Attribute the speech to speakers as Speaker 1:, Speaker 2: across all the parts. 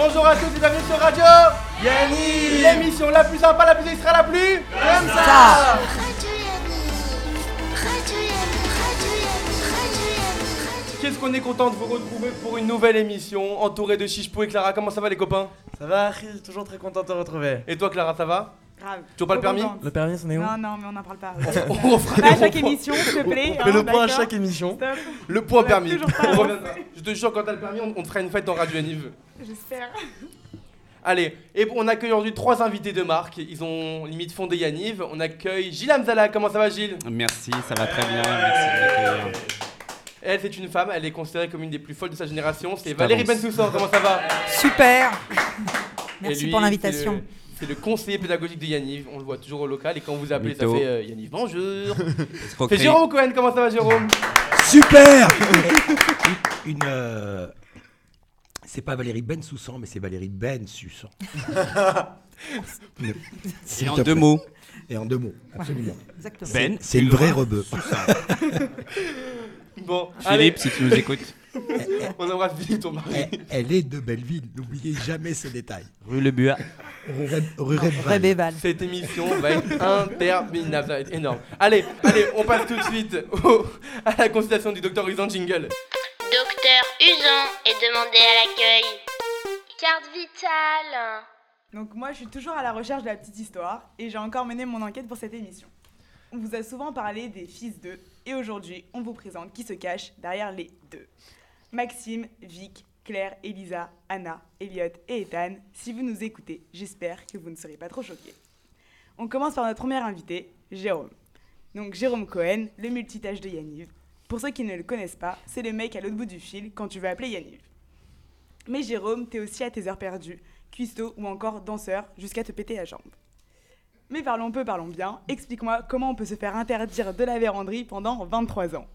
Speaker 1: Bonjour à tous et bienvenue sur Radio Yanniv, l'émission la plus sympa, la plus extra, la plus comme ça. Qu'est-ce qu'on est content de vous retrouver pour une nouvelle émission, entouré de Chichepou et Clara. Comment ça va les copains?
Speaker 2: Ça va, toujours très content de te retrouver.
Speaker 1: Et toi Clara, ça va?
Speaker 3: Grave.
Speaker 1: Toujours pas le permis?
Speaker 2: Le permis, c'en est où?
Speaker 3: Non, mais on n'en parle pas.
Speaker 1: On fera
Speaker 3: Pas à
Speaker 1: des
Speaker 3: chaque
Speaker 1: ronds-points.
Speaker 3: émission, s'il te plaît.
Speaker 2: On fait le point à
Speaker 3: d'accord.
Speaker 2: chaque émission.
Speaker 3: Stop.
Speaker 1: Le point
Speaker 3: On va
Speaker 1: permis.
Speaker 3: toujours pas
Speaker 1: On
Speaker 3: avancer.
Speaker 1: reviendra. Je te jure, quand t'as le permis, on te fera une fête en Radio Yanniv.
Speaker 3: J'espère.
Speaker 1: Allez, et on accueille aujourd'hui 3 invités de marque. Ils ont limite fondé Yanniv. On accueille Gilles Hamzala. Comment ça va Gilles?
Speaker 4: Merci, ça va très bien, merci de m'accueillir.
Speaker 1: Elle, c'est une femme, elle est considérée comme une des plus folles de sa génération. C'est
Speaker 4: Je
Speaker 1: Valérie
Speaker 4: t'avance.
Speaker 1: Bensoussan, comment ça va?
Speaker 5: Super.
Speaker 1: Et
Speaker 5: Merci
Speaker 1: lui,
Speaker 5: pour l'invitation.
Speaker 1: C'est le conseiller pédagogique de Yanniv. On le voit toujours au local. Et quand vous appelez,
Speaker 4: Mytho.
Speaker 1: ça fait Yanniv, bonjour. C'est
Speaker 4: Escroquerie.
Speaker 1: Jérôme Cohen, comment ça va Jérôme?
Speaker 6: Super. C'est pas Valérie Bensoussan, mais c'est Valérie Bensussan.
Speaker 4: Et en deux mots.
Speaker 6: Et en 2 mots, absolument.
Speaker 5: Exactement.
Speaker 4: Ben,
Speaker 6: C'est une vraie rebeu.
Speaker 1: Bon, allez,
Speaker 4: Philippe, si tu nous écoutes.
Speaker 1: on embrasse Philippe, ton mari.
Speaker 6: Elle est de Belleville, n'oubliez jamais ce détail.
Speaker 4: Rue Le Buat.
Speaker 6: Rue
Speaker 5: Vrai
Speaker 6: Redval.
Speaker 5: Béval.
Speaker 1: Cette émission va être interminable, ça va être énorme. Allez, on passe tout de suite à la consultation du docteur Usan Jingle.
Speaker 7: Docteur Usan est demandé à l'accueil. Carte vitale.
Speaker 3: Donc moi, je suis toujours à la recherche de la petite histoire et j'ai encore mené mon enquête pour cette émission. On vous a souvent parlé des fils d'eux et aujourd'hui, on vous présente qui se cache derrière les deux. Maxime, Vic, Claire, Elisa, Anna, Elliot et Ethan, si vous nous écoutez, j'espère que vous ne serez pas trop choqués. On commence par notre premier invité, Jérôme. Donc Jérôme Cohen, le multitâche de Yanniv. Pour ceux qui ne le connaissent pas, c'est le mec à l'autre bout du fil quand tu veux appeler Yanniv. Mais Jérôme, t'es aussi à tes heures perdues, cuistot ou encore danseur jusqu'à te péter la jambe. Mais parlons peu, parlons bien. Explique-moi comment on peut se faire interdire de la véranderie pendant 23 ans.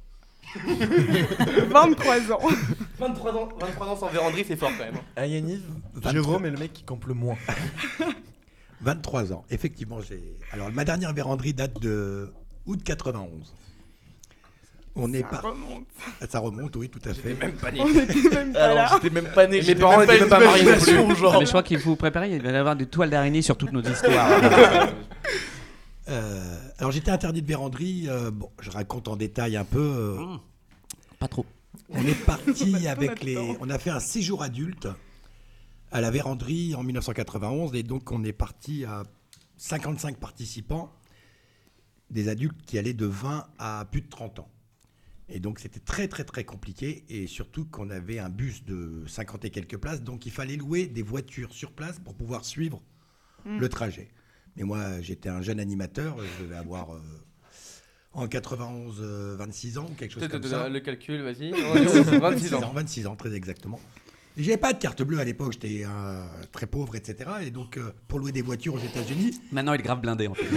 Speaker 3: 23 ans.
Speaker 1: 23 ans sans véranderie, c'est fort quand même.
Speaker 2: À Yanniv,
Speaker 6: 23.
Speaker 2: Jérôme est le mec qui campe le moins.
Speaker 6: 23 ans, effectivement. Alors, ma dernière véranderie date de août 91. On est pas. Ça remonte, oui, tout à fait.
Speaker 1: Même pas né.
Speaker 3: On était même pas là.
Speaker 2: j'étais même pas né.
Speaker 1: Mes parents étaient même pas mariés non plus.
Speaker 4: Ah, mais je crois qu'il faut vous préparer, il va y avoir des toiles d'araignée sur toutes nos histoires.
Speaker 6: Alors, j'étais interdit de véranderie. Bon, je raconte en détail un peu.
Speaker 4: Pas trop.
Speaker 6: On est parti avec
Speaker 3: notre temps.
Speaker 6: On a fait un séjour adulte à la véranderie en 1991 et donc on est parti à 55 participants, des adultes qui allaient de 20 à plus de 30 ans. Et donc c'était très très très compliqué et surtout qu'on avait un bus de 50 et quelques places, donc il fallait louer des voitures sur place pour pouvoir suivre le trajet. Mais moi j'étais un jeune animateur, je devais avoir en 91 26 ans ou quelque chose comme ça.
Speaker 1: Le calcul, vas-y. 26 ans.
Speaker 6: 26 ans, très exactement. Et j'avais pas de carte bleue à l'époque, j'étais très pauvre, etc. Et donc, pour louer des voitures aux États-Unis,
Speaker 4: Maintenant, il est grave blindé en fait.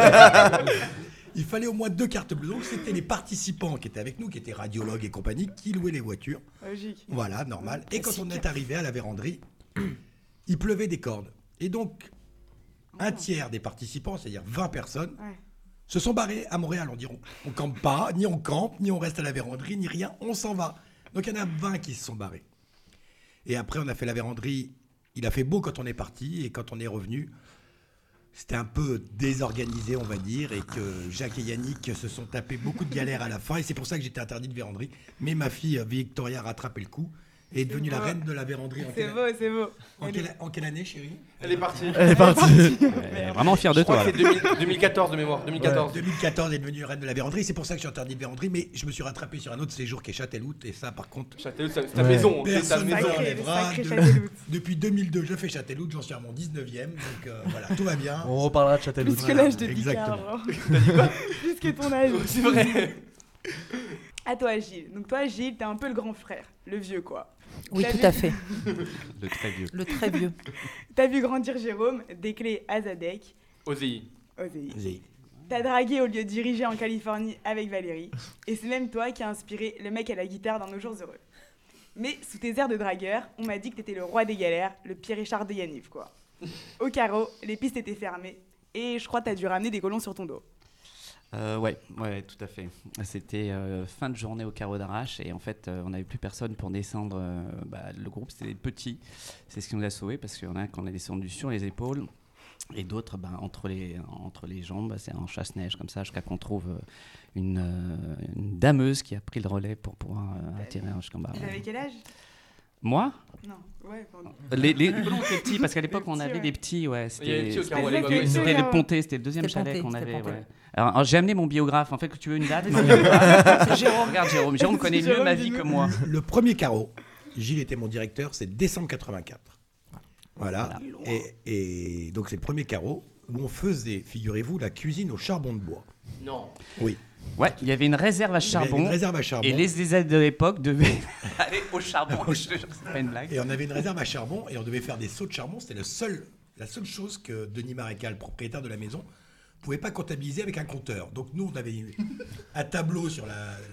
Speaker 6: il fallait au moins 2 cartes bleues. Donc, c'était les participants qui étaient avec nous, qui étaient radiologues et compagnie, qui louaient les voitures.
Speaker 3: Logique.
Speaker 6: Voilà, normal. Et quand on est arrivé à la véranderie, il pleuvait des cordes. Et donc, un tiers des participants, c'est-à-dire 20 personnes,
Speaker 3: Ouais.
Speaker 6: se sont barrés à Montréal. On dit, on campe pas, ni on campe, ni on reste à la véranderie, ni rien, on s'en va. Donc, il y en a 20 qui se sont barrés. Et après, on a fait la véranderie. Il a fait beau quand on est parti. Et quand on est revenu, c'était un peu désorganisé, on va dire. Et que Jacques et Yannick se sont tapés beaucoup de galères à la fin. Et c'est pour ça que j'étais interdit de véranderie. Mais ma fille, Victoria, a rattrapé le coup. Et est devenue la
Speaker 3: beau.
Speaker 6: reine de la véranderie.
Speaker 3: C'est beau, c'est beau.
Speaker 6: En quelle année, chérie?
Speaker 1: Elle est partie.
Speaker 2: Elle est partie.
Speaker 4: Elle est vraiment fier de
Speaker 1: Je crois
Speaker 4: toi.
Speaker 1: que
Speaker 4: là.
Speaker 1: c'est 2014 de mémoire. 2014.
Speaker 6: 2014, elle est devenue reine de la véranderie. C'est pour ça que je suis interdit de véranderie. Mais je me suis rattrapé sur un autre séjour qui est Châtelhout. Et ça, par contre,
Speaker 1: Châteloup, c'est ta
Speaker 2: Ouais.
Speaker 1: maison. C'est ta
Speaker 6: personne ne
Speaker 1: maison.
Speaker 3: Sacré,
Speaker 6: m'enlèvera.
Speaker 3: sacré
Speaker 6: De-
Speaker 3: Châtelhout.
Speaker 6: Depuis 2002, je fais Châtelhout. J'en suis à mon 19e. Donc voilà, tout va bien.
Speaker 2: On reparlera de Châtelhout.
Speaker 3: Plus que l'âge de
Speaker 6: Exactement.
Speaker 3: Picard. genre. Plus que ton âge.
Speaker 1: C'est vrai.
Speaker 3: À toi, Gilles. Donc toi, Gilles, t'es un peu le grand frère. Le vieux, quoi.
Speaker 5: Oui,
Speaker 3: T'as
Speaker 5: tout
Speaker 3: vu-
Speaker 5: à fait.
Speaker 4: Le très vieux.
Speaker 5: Le très vieux.
Speaker 3: T'as vu grandir Jérôme, des clés à Zadek,
Speaker 1: Ozzy.
Speaker 3: OZI.
Speaker 6: Vas-y.
Speaker 3: T'as dragué au lieu de diriger en Californie avec Valérie. Et c'est même toi qui as inspiré le mec à la guitare dans Nos jours heureux. Mais sous tes airs de dragueur, on m'a dit que t'étais le roi des galères, le Pierre Richard de Yanniv, quoi. Au carreau, les pistes étaient fermées. Et je crois que t'as dû ramener des colons sur ton dos.
Speaker 4: Ouais, tout à fait. C'était fin de journée au carreau d'arrache et en fait, on n'avait plus personne pour descendre. Le groupe, c'était des petits. C'est ce qui nous a sauvés parce qu'il y en a un qu'on a descendu sur les épaules et d'autres entre les jambes. C'est en chasse-neige comme ça jusqu'à qu'on trouve une dameuse qui a pris le relais pour pouvoir attirer jusqu'en bas.
Speaker 3: Vous avez quel âge?
Speaker 4: Moi?
Speaker 3: Non, ouais, pardon.
Speaker 4: Les colons étaient petits parce qu'à l'époque on avait
Speaker 3: ouais.
Speaker 4: des petits, ouais.
Speaker 1: Il y avait des petits au carreau à
Speaker 3: C'était
Speaker 1: l'époque.
Speaker 3: le-
Speaker 4: C'était
Speaker 3: Ouais.
Speaker 4: le Pontet, c'était le deuxième
Speaker 5: C'était
Speaker 4: chalet
Speaker 5: Pontet,
Speaker 4: qu'on
Speaker 5: c'était
Speaker 4: avait.
Speaker 5: Pontet.
Speaker 4: Ouais. Alors j'ai amené mon biographe. En fait, que tu veux une date? Mon biographe.
Speaker 5: Jérôme.
Speaker 4: Regarde Jérôme. Jérôme connaît mieux ma vie
Speaker 3: dis-nous.
Speaker 4: que moi.
Speaker 6: Le premier carreau, Gilles était mon directeur, c'est décembre 84. Voilà. Et donc c'est le premier carreau où on faisait, figurez-vous, la cuisine au charbon de bois.
Speaker 1: Non.
Speaker 6: Oui.
Speaker 4: Ouais, il y avait une réserve à
Speaker 6: Il y avait
Speaker 4: charbon.
Speaker 6: une réserve à charbon.
Speaker 4: Et les aides de l'époque devaient aller au charbon. Je te jure, c'est pas une blague.
Speaker 6: Et on avait une réserve à charbon et on devait faire des sauts de charbon. C'était la seule chose que Denis Marécal, le propriétaire de la maison, pouvait pas comptabiliser avec un compteur. Donc nous, on avait un tableau sur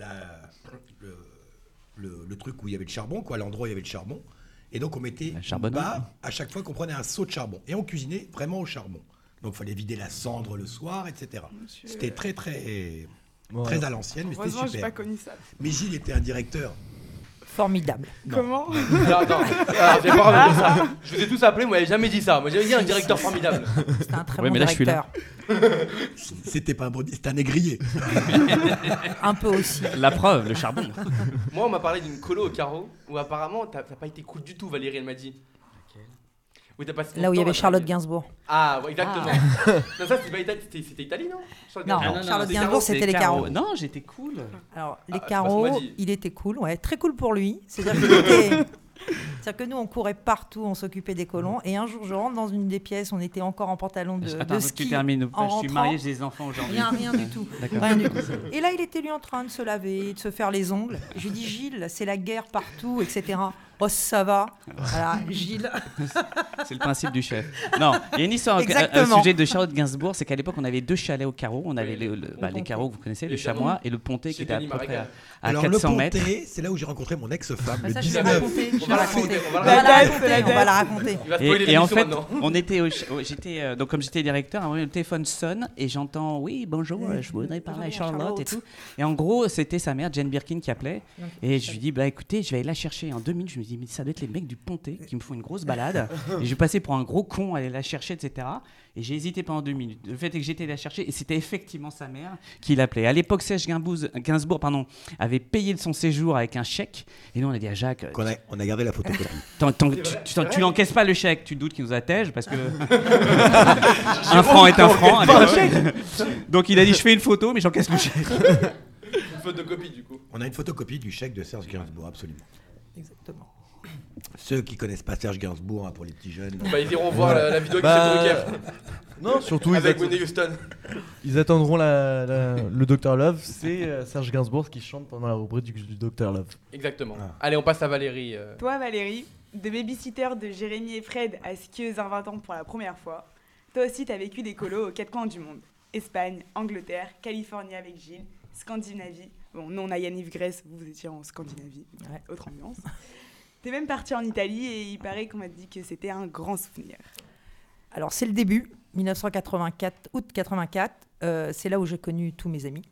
Speaker 6: le truc où il y avait le charbon, quoi, l'endroit où il y avait le charbon. Et donc on mettait
Speaker 4: La charbonneuse.
Speaker 6: bas à chaque fois qu'on prenait un saut de charbon. Et on cuisinait vraiment au charbon. Donc il fallait vider la cendre le soir, etc. C'était très, très, très à l'ancienne, mais c'était
Speaker 3: Heureusement, j'ai pas
Speaker 6: super.
Speaker 3: connu ça.
Speaker 6: Mais Gilles était un directeur.
Speaker 5: Formidable.
Speaker 6: Non.
Speaker 3: Comment?
Speaker 1: Attends, j'ai pas envie de dire ça. Je vous ai tous appelés, moi, j'avais jamais dit ça. Moi, j'avais dit un directeur formidable.
Speaker 5: C'était un très
Speaker 4: Ouais,
Speaker 5: bon
Speaker 4: mais là, je suis
Speaker 5: directeur.
Speaker 6: C'était pas un bon, c'était un négrier.
Speaker 5: Un peu aussi.
Speaker 4: La preuve, le charbon.
Speaker 1: Moi, on m'a parlé d'une colo au carreau où apparemment, t'as pas été cool du tout, Valérie, elle m'a dit. Où t'as passé ton
Speaker 5: Là où il y
Speaker 1: temps
Speaker 5: avait
Speaker 1: à
Speaker 5: Charlotte
Speaker 1: draguer.
Speaker 5: Gainsbourg.
Speaker 1: Ah, ouais, exactement. Non, ça, c'était Italie, non?
Speaker 5: Non, Charlotte Gainsbourg, c'était les carreaux.
Speaker 4: Non, j'étais cool.
Speaker 5: Alors, les
Speaker 1: Ah, c'est pas
Speaker 5: carreaux,
Speaker 1: ce qu'on m'a dit.
Speaker 5: il était cool, ouais, très cool pour lui. C'est-à-dire que nous, on courait partout, on s'occupait des colons. Et un jour, je rentre dans une des pièces, on était encore en pantalon de
Speaker 4: Attends, faut que
Speaker 5: ski.
Speaker 4: tu termines.
Speaker 5: en
Speaker 4: Je suis
Speaker 5: rentrant.
Speaker 4: marié, j'ai des enfants aujourd'hui.
Speaker 5: Rien du tout.
Speaker 4: D'accord.
Speaker 5: Rien du tout. Et là, il était lui en train de se laver, de se faire les ongles. Je lui dis, Gilles, c'est la guerre partout, etc. Oh, ça va. Voilà, Gilles.
Speaker 4: C'est le principe du chef. Non, il y a une histoire, un
Speaker 5: Exactement.
Speaker 4: sujet de Charlotte Gainsbourg, c'est qu'à l'époque, on avait deux chalets au carreau. On avait les
Speaker 5: Pontet.
Speaker 4: carreaux que vous connaissez, le
Speaker 1: Les
Speaker 4: chamois et le Pontet qui
Speaker 1: Chez
Speaker 4: était à
Speaker 1: Denis
Speaker 4: peu près
Speaker 1: Marécal.
Speaker 4: à
Speaker 6: Alors
Speaker 4: 400
Speaker 6: le
Speaker 4: mètres.
Speaker 6: Pontet, c'est là où j'ai rencontré mon ex-femme,
Speaker 5: Bah,
Speaker 6: le
Speaker 5: ça, je vais
Speaker 6: 19.
Speaker 5: raconter.
Speaker 1: On va la raconter, on va
Speaker 5: On
Speaker 1: la
Speaker 5: va la
Speaker 1: raconter.
Speaker 5: raconter. On va la raconter.
Speaker 1: Il va spoiler
Speaker 4: Et en
Speaker 1: l'émission
Speaker 4: fait,
Speaker 1: maintenant.
Speaker 4: on était j'étais donc comme j'étais directeur, à un moment, le téléphone sonne et j'entends oui bonjour, je voudrais parler à Charlotte et tout. Et en gros, c'était sa mère Jane Birkin qui appelait et je lui dis bah écoutez, je vais aller la chercher en 2 minutes. Je me dis mais ça doit être les mecs du Pontet qui me font une grosse balade. Et je vais passer pour un gros con à aller la chercher, etc. Et j'ai hésité pendant 2 minutes. Le fait est que j'étais la chercher et c'était effectivement sa mère qui l'appelait. À l'époque, Serge Gainsbourg avait payé son séjour avec un chèque. Et nous, on a dit à Jacques,
Speaker 6: On a gardé la photocopie.
Speaker 4: tu n'encaisses pas le chèque, tu doutes qu'il nous attège parce que un franc est un franc. à l'époque. Donc il a dit je fais une photo, mais j'encaisse le chèque.
Speaker 1: Une photocopie, du coup.
Speaker 6: On a une photocopie du chèque de Serge Gainsbourg, absolument.
Speaker 5: Exactement.
Speaker 6: Ceux qui connaissent pas Serge Gainsbourg, hein, pour les petits jeunes.
Speaker 1: Bah, ils iront voir la vidéo avec
Speaker 2: Bah,
Speaker 1: Michel Drucker.
Speaker 2: Non, surtout,
Speaker 1: Avec Whitney Houston.
Speaker 2: ils attendront le Dr Love. C'est Serge Gainsbourg qui chante pendant la rubrique du Dr Love.
Speaker 1: Exactement.
Speaker 6: Ah.
Speaker 1: Allez, on passe à Valérie.
Speaker 3: Toi, Valérie, de babysitter de Jérémy et Fred à skieuse inventant pour la première fois, toi aussi, t'as vécu des colos aux 4 coins du monde. Espagne, Angleterre, Californie avec Gilles, Scandinavie. Bon, nous, on a Yanniv Grèce, vous étiez en Scandinavie.
Speaker 5: Ouais.
Speaker 3: Autre ambiance. T'es même parti en Italie et il paraît qu'on m'a dit que c'était un grand souvenir.
Speaker 5: Alors, c'est le début, 1984, août 84. C'est là où j'ai connu tous mes amis,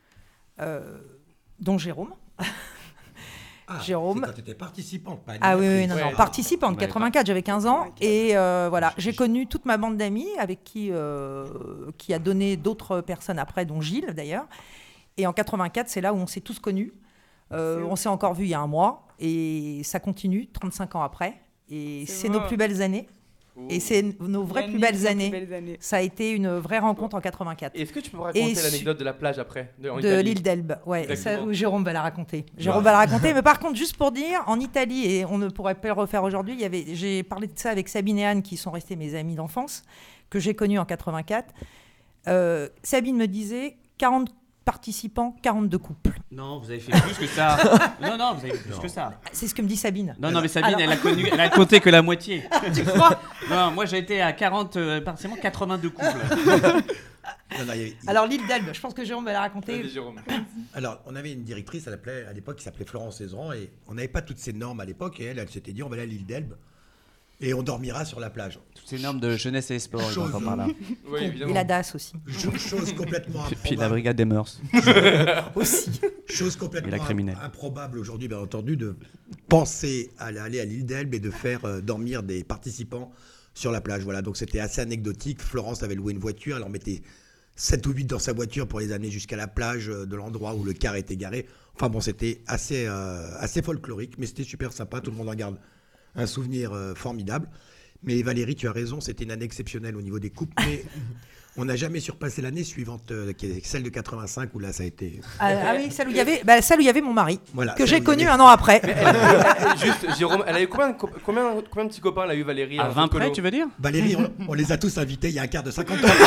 Speaker 5: dont Jérôme.
Speaker 6: Ah,
Speaker 5: Jérôme.
Speaker 6: c'est quand tu étais participante, pas
Speaker 5: Ah oui,
Speaker 6: animatrice.
Speaker 5: non,
Speaker 1: Ouais.
Speaker 5: participante, 84, j'avais 15 ans.
Speaker 3: 84.
Speaker 5: Et voilà, j'ai connu toute ma bande d'amis avec qui a donné d'autres personnes après, dont Gilles d'ailleurs. Et en 84, c'est là où on s'est tous connus. On s'est encore vus il y a un mois. Et ça continue, 35 ans après. Et
Speaker 3: C'est
Speaker 5: c'est
Speaker 3: vrai.
Speaker 5: nos plus belles années. Et c'est nos vraies plus belles années. Ça a été une vraie rencontre en 84.
Speaker 1: Est-ce que tu peux me raconter
Speaker 5: Et
Speaker 1: l'anecdote de la plage après en
Speaker 5: De
Speaker 1: Italie
Speaker 5: l'île d'Elbe, ouais,
Speaker 1: Exactement.
Speaker 5: ça, Jérôme va la raconter. Jérôme va la raconter, mais par contre, juste pour dire, en Italie, et on ne pourrait pas le refaire aujourd'hui, j'ai parlé de ça avec Sabine et Anne, qui sont restées mes amies d'enfance, que j'ai connues en 84. Sabine me disait 40 participants, 42 couples.
Speaker 4: Non, vous avez fait plus que ça. Non, vous avez fait plus que ça.
Speaker 5: C'est ce que me dit Sabine.
Speaker 4: Non, mais Sabine,
Speaker 5: Alors-
Speaker 4: elle a compté que la moitié.
Speaker 5: Tu crois?
Speaker 4: Non, moi j'ai été à 40, partiellement 82 couples.
Speaker 6: Non, non,
Speaker 5: Alors, l'île d'Elbe, je pense que Jérôme va la raconter.
Speaker 1: Vas-y, Jérôme.
Speaker 6: Alors, on avait une directrice, à l'époque, qui s'appelait Florence Ezran, et on n'avait pas toutes ces normes à l'époque, et elle s'était dit, on va aller à l'île d'Elbe. Et on dormira sur la plage.
Speaker 4: Toutes ces normes de jeunesse et sport, ils entendent par là.
Speaker 1: Oui,
Speaker 5: Et
Speaker 1: évidemment.
Speaker 5: la DAS aussi.
Speaker 6: Chose complètement
Speaker 4: Puis la
Speaker 6: improbable.
Speaker 4: brigade des mœurs.
Speaker 5: Aussi.
Speaker 6: Chose
Speaker 4: Et
Speaker 6: complètement
Speaker 4: la criminelle.
Speaker 6: improbable aujourd'hui, bien entendu, de penser à aller à l'île d'Elbe et de faire dormir des participants sur la plage. Voilà, donc c'était assez anecdotique. Florence avait loué une voiture, elle en mettait 7 ou 8 dans sa voiture pour les amener jusqu'à la plage de l'endroit où le car était garé. Enfin bon, c'était assez folklorique, mais c'était super sympa. Tout le monde en garde un souvenir formidable. Mais Valérie, tu as raison, c'était une année exceptionnelle au niveau des coupes, mais on n'a jamais surpassé l'année suivante, qui est celle de 85, où là ça a été...
Speaker 5: Oui, celle où il y avait mon mari,
Speaker 6: Voilà,
Speaker 5: que
Speaker 6: celle
Speaker 5: j'ai
Speaker 6: où il y
Speaker 5: connu
Speaker 6: avait-
Speaker 5: un an après.
Speaker 1: Juste, Jérôme, elle a eu combien de petits copains elle a eu Valérie
Speaker 4: À
Speaker 1: en
Speaker 4: 20
Speaker 1: colo
Speaker 4: près, tu veux dire?
Speaker 6: Valérie, on les a tous invités, il y a un quart de 50 ans.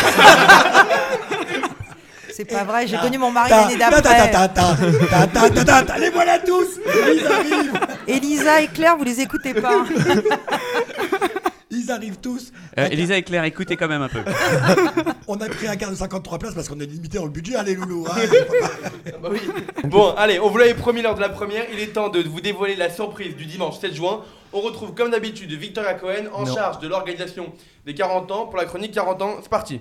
Speaker 5: C'est pas vrai, j'ai connu mon mari l'année d'après.
Speaker 6: Les voilà tous. Ils arrivent.
Speaker 5: Elisa et Claire, vous les écoutez pas.
Speaker 6: Ils arrivent tous.
Speaker 4: Elisa et Claire, écoutez quand même un peu.
Speaker 6: On a pris un quart de 53 places parce qu'on est limité dans le budget, allez loulou. Hein.
Speaker 1: Bah oui. Bon, allez, on vous l'avait promis lors de la première, il est temps de vous dévoiler la surprise du dimanche 7 juin. On retrouve comme d'habitude Victoria Cohen en charge de l'organisation des 40 ans pour la chronique 40 ans. C'est parti.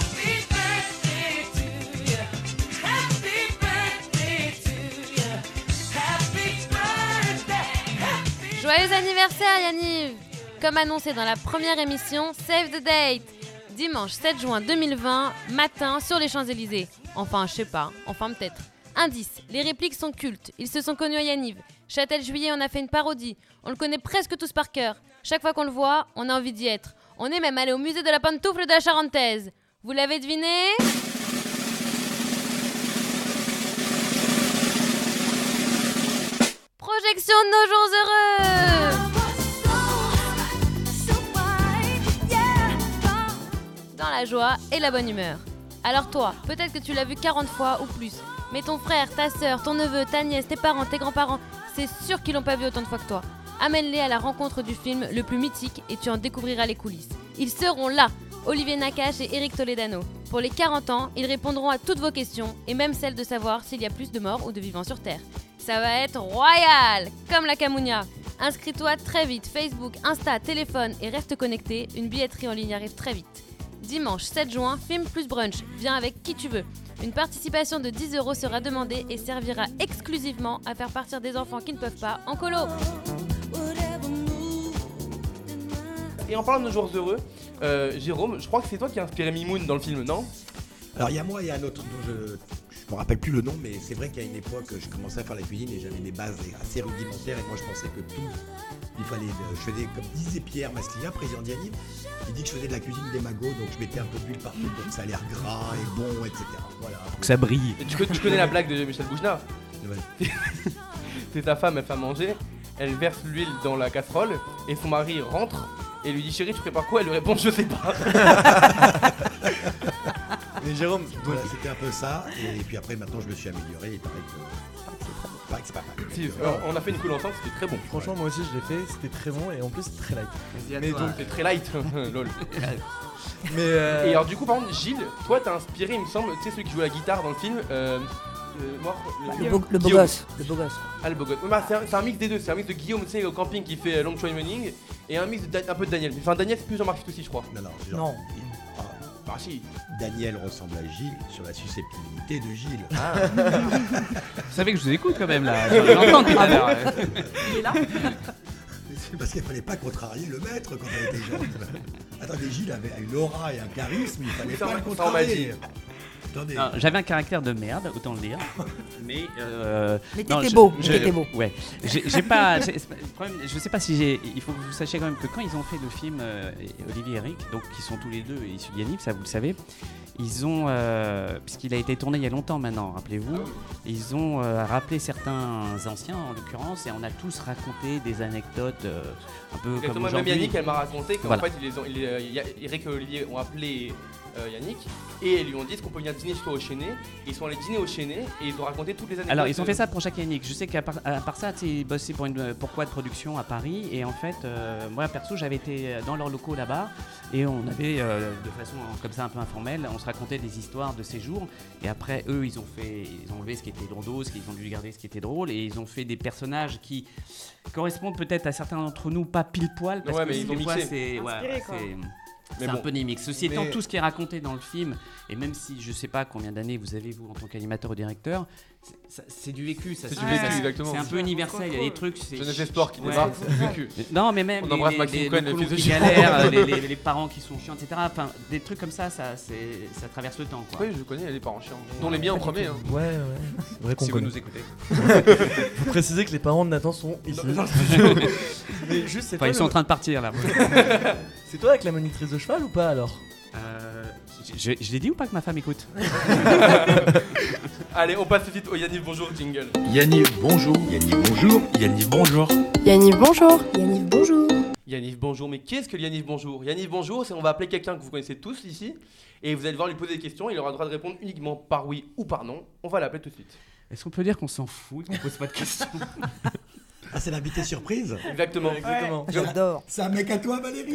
Speaker 8: Joyeux anniversaire Yaniv! Comme annoncé dans la première émission, Save the Date! Dimanche 7 juin 2020, matin sur les Champs-Élysées. Enfin, je sais pas, enfin peut-être. Indice, les répliques sont cultes, ils se sont connus à Yaniv. Châtel-Juillet en a fait une parodie, on le connaît presque tous par cœur. Chaque fois qu'on le voit, on a envie d'y être. On est même allé au musée de la pantoufle de la Charentaise. Vous l'avez deviné? Projection de nos jours heureux! Dans la joie et la bonne humeur. Alors toi, peut-être que tu l'as vu 40 fois ou plus, mais ton frère, ta sœur, ton neveu, ta nièce, tes parents, tes grands-parents, c'est sûr qu'ils l'ont pas vu autant de fois que toi. Amène-les à la rencontre du film le plus mythique et tu en découvriras les coulisses. Ils seront là, Olivier Nakache et Eric Toledano. Pour les 40 ans, ils répondront à toutes vos questions et même celle de savoir s'il y a plus de morts ou de vivants sur Terre. Ça va être royal, comme la Camounia. Inscris-toi très vite, Facebook, Insta, téléphone et reste connecté, une billetterie en ligne arrive très vite. Dimanche 7 juin, film plus brunch, viens avec qui tu veux. Une participation de 10 € sera demandée et servira exclusivement à faire partir des enfants qui ne peuvent pas en colo.
Speaker 1: Et en parlant de nos jours heureux, Jérôme, je crois que c'est toi qui as inspiré Mimoun dans le film, non?
Speaker 6: Alors il y a moi et un autre dont je me rappelle plus le nom, mais c'est vrai qu'à une époque, je commençais à faire la cuisine et j'avais des bases assez rudimentaires et moi je pensais que tout, il fallait, je faisais comme disait Pierre Maslia, président d'Yaniv, il dit que je faisais de la cuisine des magots, donc je mettais un peu d'huile partout pour que ça a l'air gras et bon, etc. Voilà.
Speaker 4: Pour que ça brille.
Speaker 1: Et tu connais la blague de Michel Bougenat?
Speaker 6: Ouais.
Speaker 1: C'est ta femme, elle fait à manger, elle verse l'huile dans la casserole et son mari rentre et lui dit chérie tu prépares quoi? Elle lui répond je sais pas.
Speaker 2: Mais Jérôme,
Speaker 6: Voilà, c'était un peu ça, et puis après maintenant je me suis amélioré, il paraît que c'est pas mal.
Speaker 1: Si, on a fait une cool ensemble, c'était très bon.
Speaker 2: franchement, moi aussi je l'ai fait, c'était très bon et en plus très light.
Speaker 1: Mais donc c'est très light, lol.
Speaker 2: Mais
Speaker 1: Et alors du coup par contre Gilles, toi t'as inspiré il me semble, tu sais celui qui joue la guitare dans le film, mort,
Speaker 5: Le beau
Speaker 1: Guillaume.
Speaker 5: gosse. Le beau gosse.
Speaker 1: Ah le beau gosse. Ouais, bah, c'est un mix des deux, c'est un mix de Guillaume tu sais au camping qui fait Long Train Running et un mix un peu de Daniel. Enfin Daniel c'est plus Jean-Marc aussi je crois.
Speaker 6: Non,
Speaker 5: Non.
Speaker 1: Bah si.
Speaker 6: Daniel ressemble à Gilles sur la susceptibilité de Gilles.
Speaker 1: Ah.
Speaker 4: Vous savez que je vous écoute quand même là. J'entends depuis tout à l'heure.
Speaker 6: C'est parce qu'il fallait pas contrarier le maître quand on était jeune. Attendez, Gilles avait une aura et un charisme, il fallait
Speaker 1: Ça,
Speaker 6: pas le
Speaker 1: ça, on m'a dit.
Speaker 6: contrarier. Attendez.
Speaker 4: Non, j'avais un caractère de merde, autant le dire. Mais non,
Speaker 5: t'étais beau, t'étais beau.
Speaker 4: Ouais. J'ai pas. Le problème, je sais pas si j'ai. Il faut que vous sachiez quand même que quand ils ont fait le film, Olivier et Eric, donc qui sont tous les deux issus de Yaniv, ça vous le savez. Ils ont, puisqu'il a été tourné il y a longtemps maintenant, rappelez-vous, ils ont rappelé certains anciens en l'occurrence et on a tous raconté des anecdotes un peu comme
Speaker 1: Exactement, même
Speaker 4: aujourd'hui.
Speaker 1: Yannick elle m'a raconté qu'en
Speaker 4: Voilà.
Speaker 1: fait Eric et Olivier ont appelé Yannick et lui ont dit est-ce qu'on peut venir dîner chez toi au Chénet. Ils sont allés dîner au Chénet et ils ont raconté toutes les anecdotes.
Speaker 4: Alors ils ont fait ça pour chaque Yannick. Je sais qu'à part ça, tu sais, ils bossaient pour une pourquoi de production à Paris et en fait, moi perso, j'avais été dans leurs locaux là-bas et on avait de façon comme ça un peu informelle, on se racontait des histoires de séjour et après eux ils ont enlevé ce qui était drôle, ils ont dû garder ce qui était drôle et ils ont fait des personnages qui correspondent peut-être à certains d'entre nous, pas pile poil parce
Speaker 1: Ouais,
Speaker 4: que
Speaker 1: mais ils ont
Speaker 4: des fois,
Speaker 1: mixé.
Speaker 4: c'est
Speaker 3: Inspiré, quoi.
Speaker 4: c'est
Speaker 1: Mais
Speaker 4: un
Speaker 1: bon.
Speaker 4: peu des mix. Ceci étant,
Speaker 1: Mais-
Speaker 4: tout ce qui est raconté dans le film, et même si je sais pas combien d'années vous avez vous en tant qu'animateur ou directeur, c'est du vécu.
Speaker 1: C'est du vécu, exactement.
Speaker 4: C'est un peu universel. Il y a des trucs. c'est-
Speaker 1: Jeunesse et sport qui
Speaker 4: Ouais.
Speaker 1: débarque, c'est vécu.
Speaker 4: Non, mais même
Speaker 1: On embrasse
Speaker 4: les,
Speaker 1: Maxime
Speaker 4: les,
Speaker 1: Cohen,
Speaker 4: le
Speaker 1: le
Speaker 4: colo
Speaker 1: fils de
Speaker 4: qui
Speaker 1: Gilles.
Speaker 4: galèrent, les parents qui sont chiants, etc. Enfin, des trucs comme ça, ça traverse le temps, quoi.
Speaker 1: Oui, je connais les parents chiants. Dont les miens en premier. Hein.
Speaker 2: Ouais, ouais. C'est vrai qu'on
Speaker 1: Si vous
Speaker 2: connaît.
Speaker 1: nous écoutez.
Speaker 2: Faut préciser que les parents de Nathan sont ici. Mais juste, c'est
Speaker 4: Enfin,
Speaker 2: toi,
Speaker 4: ils sont en train de partir là.
Speaker 2: c'est toi avec la monitrice de cheval ou pas alors?
Speaker 4: Je l'ai dit ou pas que ma femme écoute?
Speaker 1: Allez, on passe tout de suite au Yannick Bonjour jingle.
Speaker 6: Yannick, bonjour. Yannick, bonjour. Yannick, bonjour.
Speaker 9: Yannick, bonjour. Yannick, bonjour.
Speaker 1: Yannick Bonjour, mais qu'est-ce que le Yannick Bonjour? Yannick Bonjour, c'est on va appeler quelqu'un que vous connaissez tous ici, et vous allez devoir lui poser des questions, il aura le droit de répondre uniquement par oui ou par non. On va l'appeler tout de suite.
Speaker 4: Est-ce qu'on peut dire qu'on s'en fout, qu'on pose pas de questions?
Speaker 6: Ah, c'est l'invité surprise.
Speaker 1: Exactement.
Speaker 2: Exactement.
Speaker 5: J'adore.
Speaker 6: C'est un mec à toi, Valérie.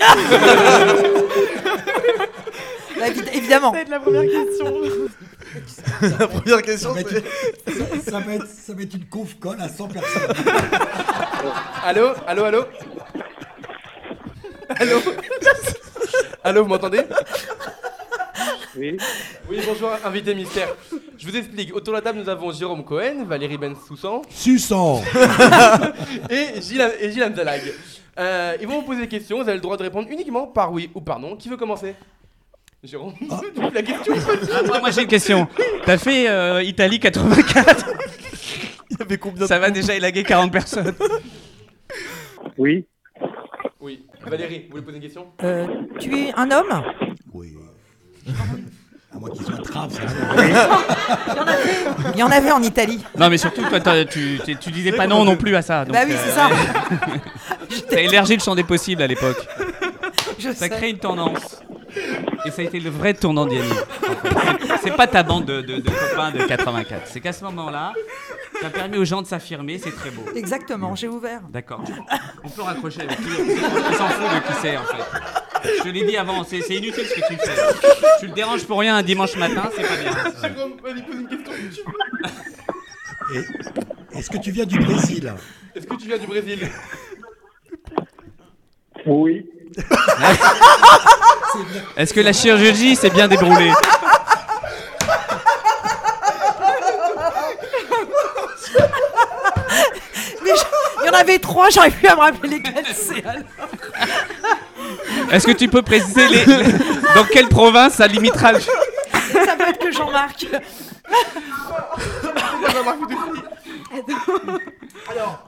Speaker 5: Bah, évidemment.
Speaker 3: Ça va être la première question.
Speaker 2: La première question,
Speaker 6: Ça va
Speaker 2: c'est.
Speaker 6: être- ça va être une conf-colle à 100 personnes.
Speaker 1: Allô? Allô? Allô? Allô? Allô, vous m'entendez?
Speaker 10: Oui.
Speaker 1: Oui, bonjour, invité mystère. Je vous explique. Autour de la table, nous avons Jérôme Cohen, Valérie Bensoussan
Speaker 6: Suçant.
Speaker 1: et Gilles Amzalag. Ils vont vous poser des questions, vous avez le droit de répondre uniquement par oui ou par non. Qui veut commencer? Jérôme, la question.
Speaker 4: Moi j'ai une question. T'as fait Italie 84?
Speaker 2: Il y avait combien
Speaker 4: Ça va déjà élaguer 40 personnes.
Speaker 10: Oui.
Speaker 1: Oui. Valérie, vous voulez poser une question?
Speaker 5: Tu es un homme?
Speaker 6: Oui. À moins qu'il soit trave, ça.
Speaker 5: Il y en avait en Italie.
Speaker 4: Non mais surtout toi tu disais pas non non plus à ça. Donc,
Speaker 5: Bah oui, c'est ça.
Speaker 4: T'as élargi le champ des possibles à l'époque.
Speaker 5: Je
Speaker 4: Ça
Speaker 5: sais.
Speaker 4: crée une tendance. Et ça a été le vrai tournant d'Yannick. C'est pas ta bande de copains de 84. C'est qu'à ce moment-là, ça a permis aux gens de s'affirmer, c'est très beau.
Speaker 5: Exactement, j'ai ouvert.
Speaker 4: D'accord. On peut raccrocher avec lui. On s'en fout de qui c'est en fait. Je te l'ai dit avant, c'est inutile ce que tu fais. Tu le déranges pour rien un dimanche matin, c'est pas bien.
Speaker 1: Jérôme, vas-y, pose une question.
Speaker 6: Est-ce que tu viens du Brésil?
Speaker 1: Est-ce que tu viens du Brésil?
Speaker 10: Oui.
Speaker 4: Est-ce que la chirurgie s'est bien déroulée?
Speaker 5: Mais il y en avait 3, j'arrive plus à me rappeler lesquels c'est. alors.
Speaker 4: Est-ce que tu peux préciser dans quelle province ça limitera le...
Speaker 5: Ça peut être que Jean-Marc.
Speaker 1: Alors,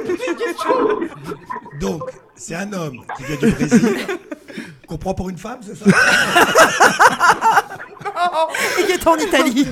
Speaker 6: Donc, c'est un homme qui vient du Brésil, qu'on prend pour une femme, c'est ça?
Speaker 5: Et qui est en Italie.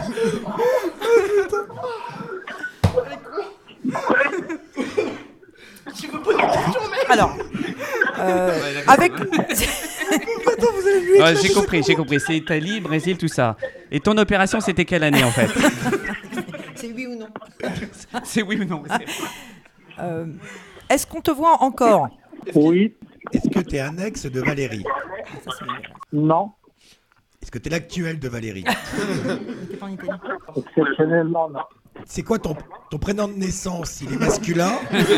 Speaker 1: tu veux poser une question, mec?
Speaker 5: Alors, avec.
Speaker 4: Ouais, j'ai compris. C'est Italie, Brésil, tout ça. Et ton opération, c'était quelle année en fait?
Speaker 5: C'est oui ou non?
Speaker 4: C'est oui ou non?
Speaker 5: Est-ce qu'on te voit encore?
Speaker 10: Oui.
Speaker 6: Est-ce que tu es un ex de Valérie?
Speaker 10: Non.
Speaker 6: Est-ce que tu es l'actuel de Valérie?
Speaker 5: T'es en Italie.
Speaker 10: Exceptionnellement, non.
Speaker 6: C'est quoi ton prénom de naissance? Il est masculin?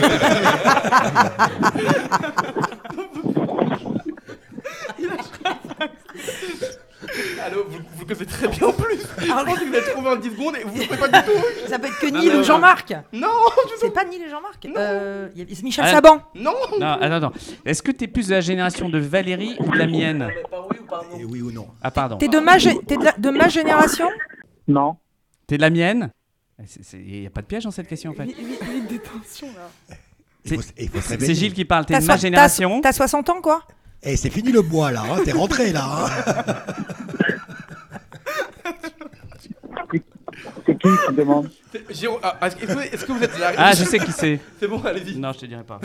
Speaker 1: Allô, vous le connaissez très bien en plus. Je pense que vous l'avez trouvé en 10 secondes et vous ne pas du tout.
Speaker 5: Ça peut être que Neil ou Jean-Marc.
Speaker 1: Non,
Speaker 5: C'est pas Neil et Jean-Marc. C'est Michel
Speaker 4: Ah,
Speaker 5: Saban.
Speaker 1: non.
Speaker 4: Non, attends. Est-ce que t'es plus de la génération de Valérie ou de la mienne?
Speaker 2: Par oui ou par non?
Speaker 6: Et oui ou non?
Speaker 4: Ah pardon.
Speaker 5: T'es de ma génération?
Speaker 10: Non.
Speaker 4: T'es de la mienne? Il n'y a pas de piège dans cette question en fait.
Speaker 3: Vite détention là.
Speaker 6: Il faut se réveiller.
Speaker 4: C'est Gilles qui parle, t'es de
Speaker 5: T'as
Speaker 4: ma
Speaker 5: so-
Speaker 4: génération.
Speaker 5: T'as 60 ans, quoi?
Speaker 6: Eh, c'est fini le bois là, hein, t'es rentré là. Hein.
Speaker 10: C'est qui demande?
Speaker 1: Jérôme, est-ce que vous êtes là?
Speaker 4: Ah, je sais qui c'est.
Speaker 1: C'est bon, allez-y.
Speaker 4: Non, je te dirai pas.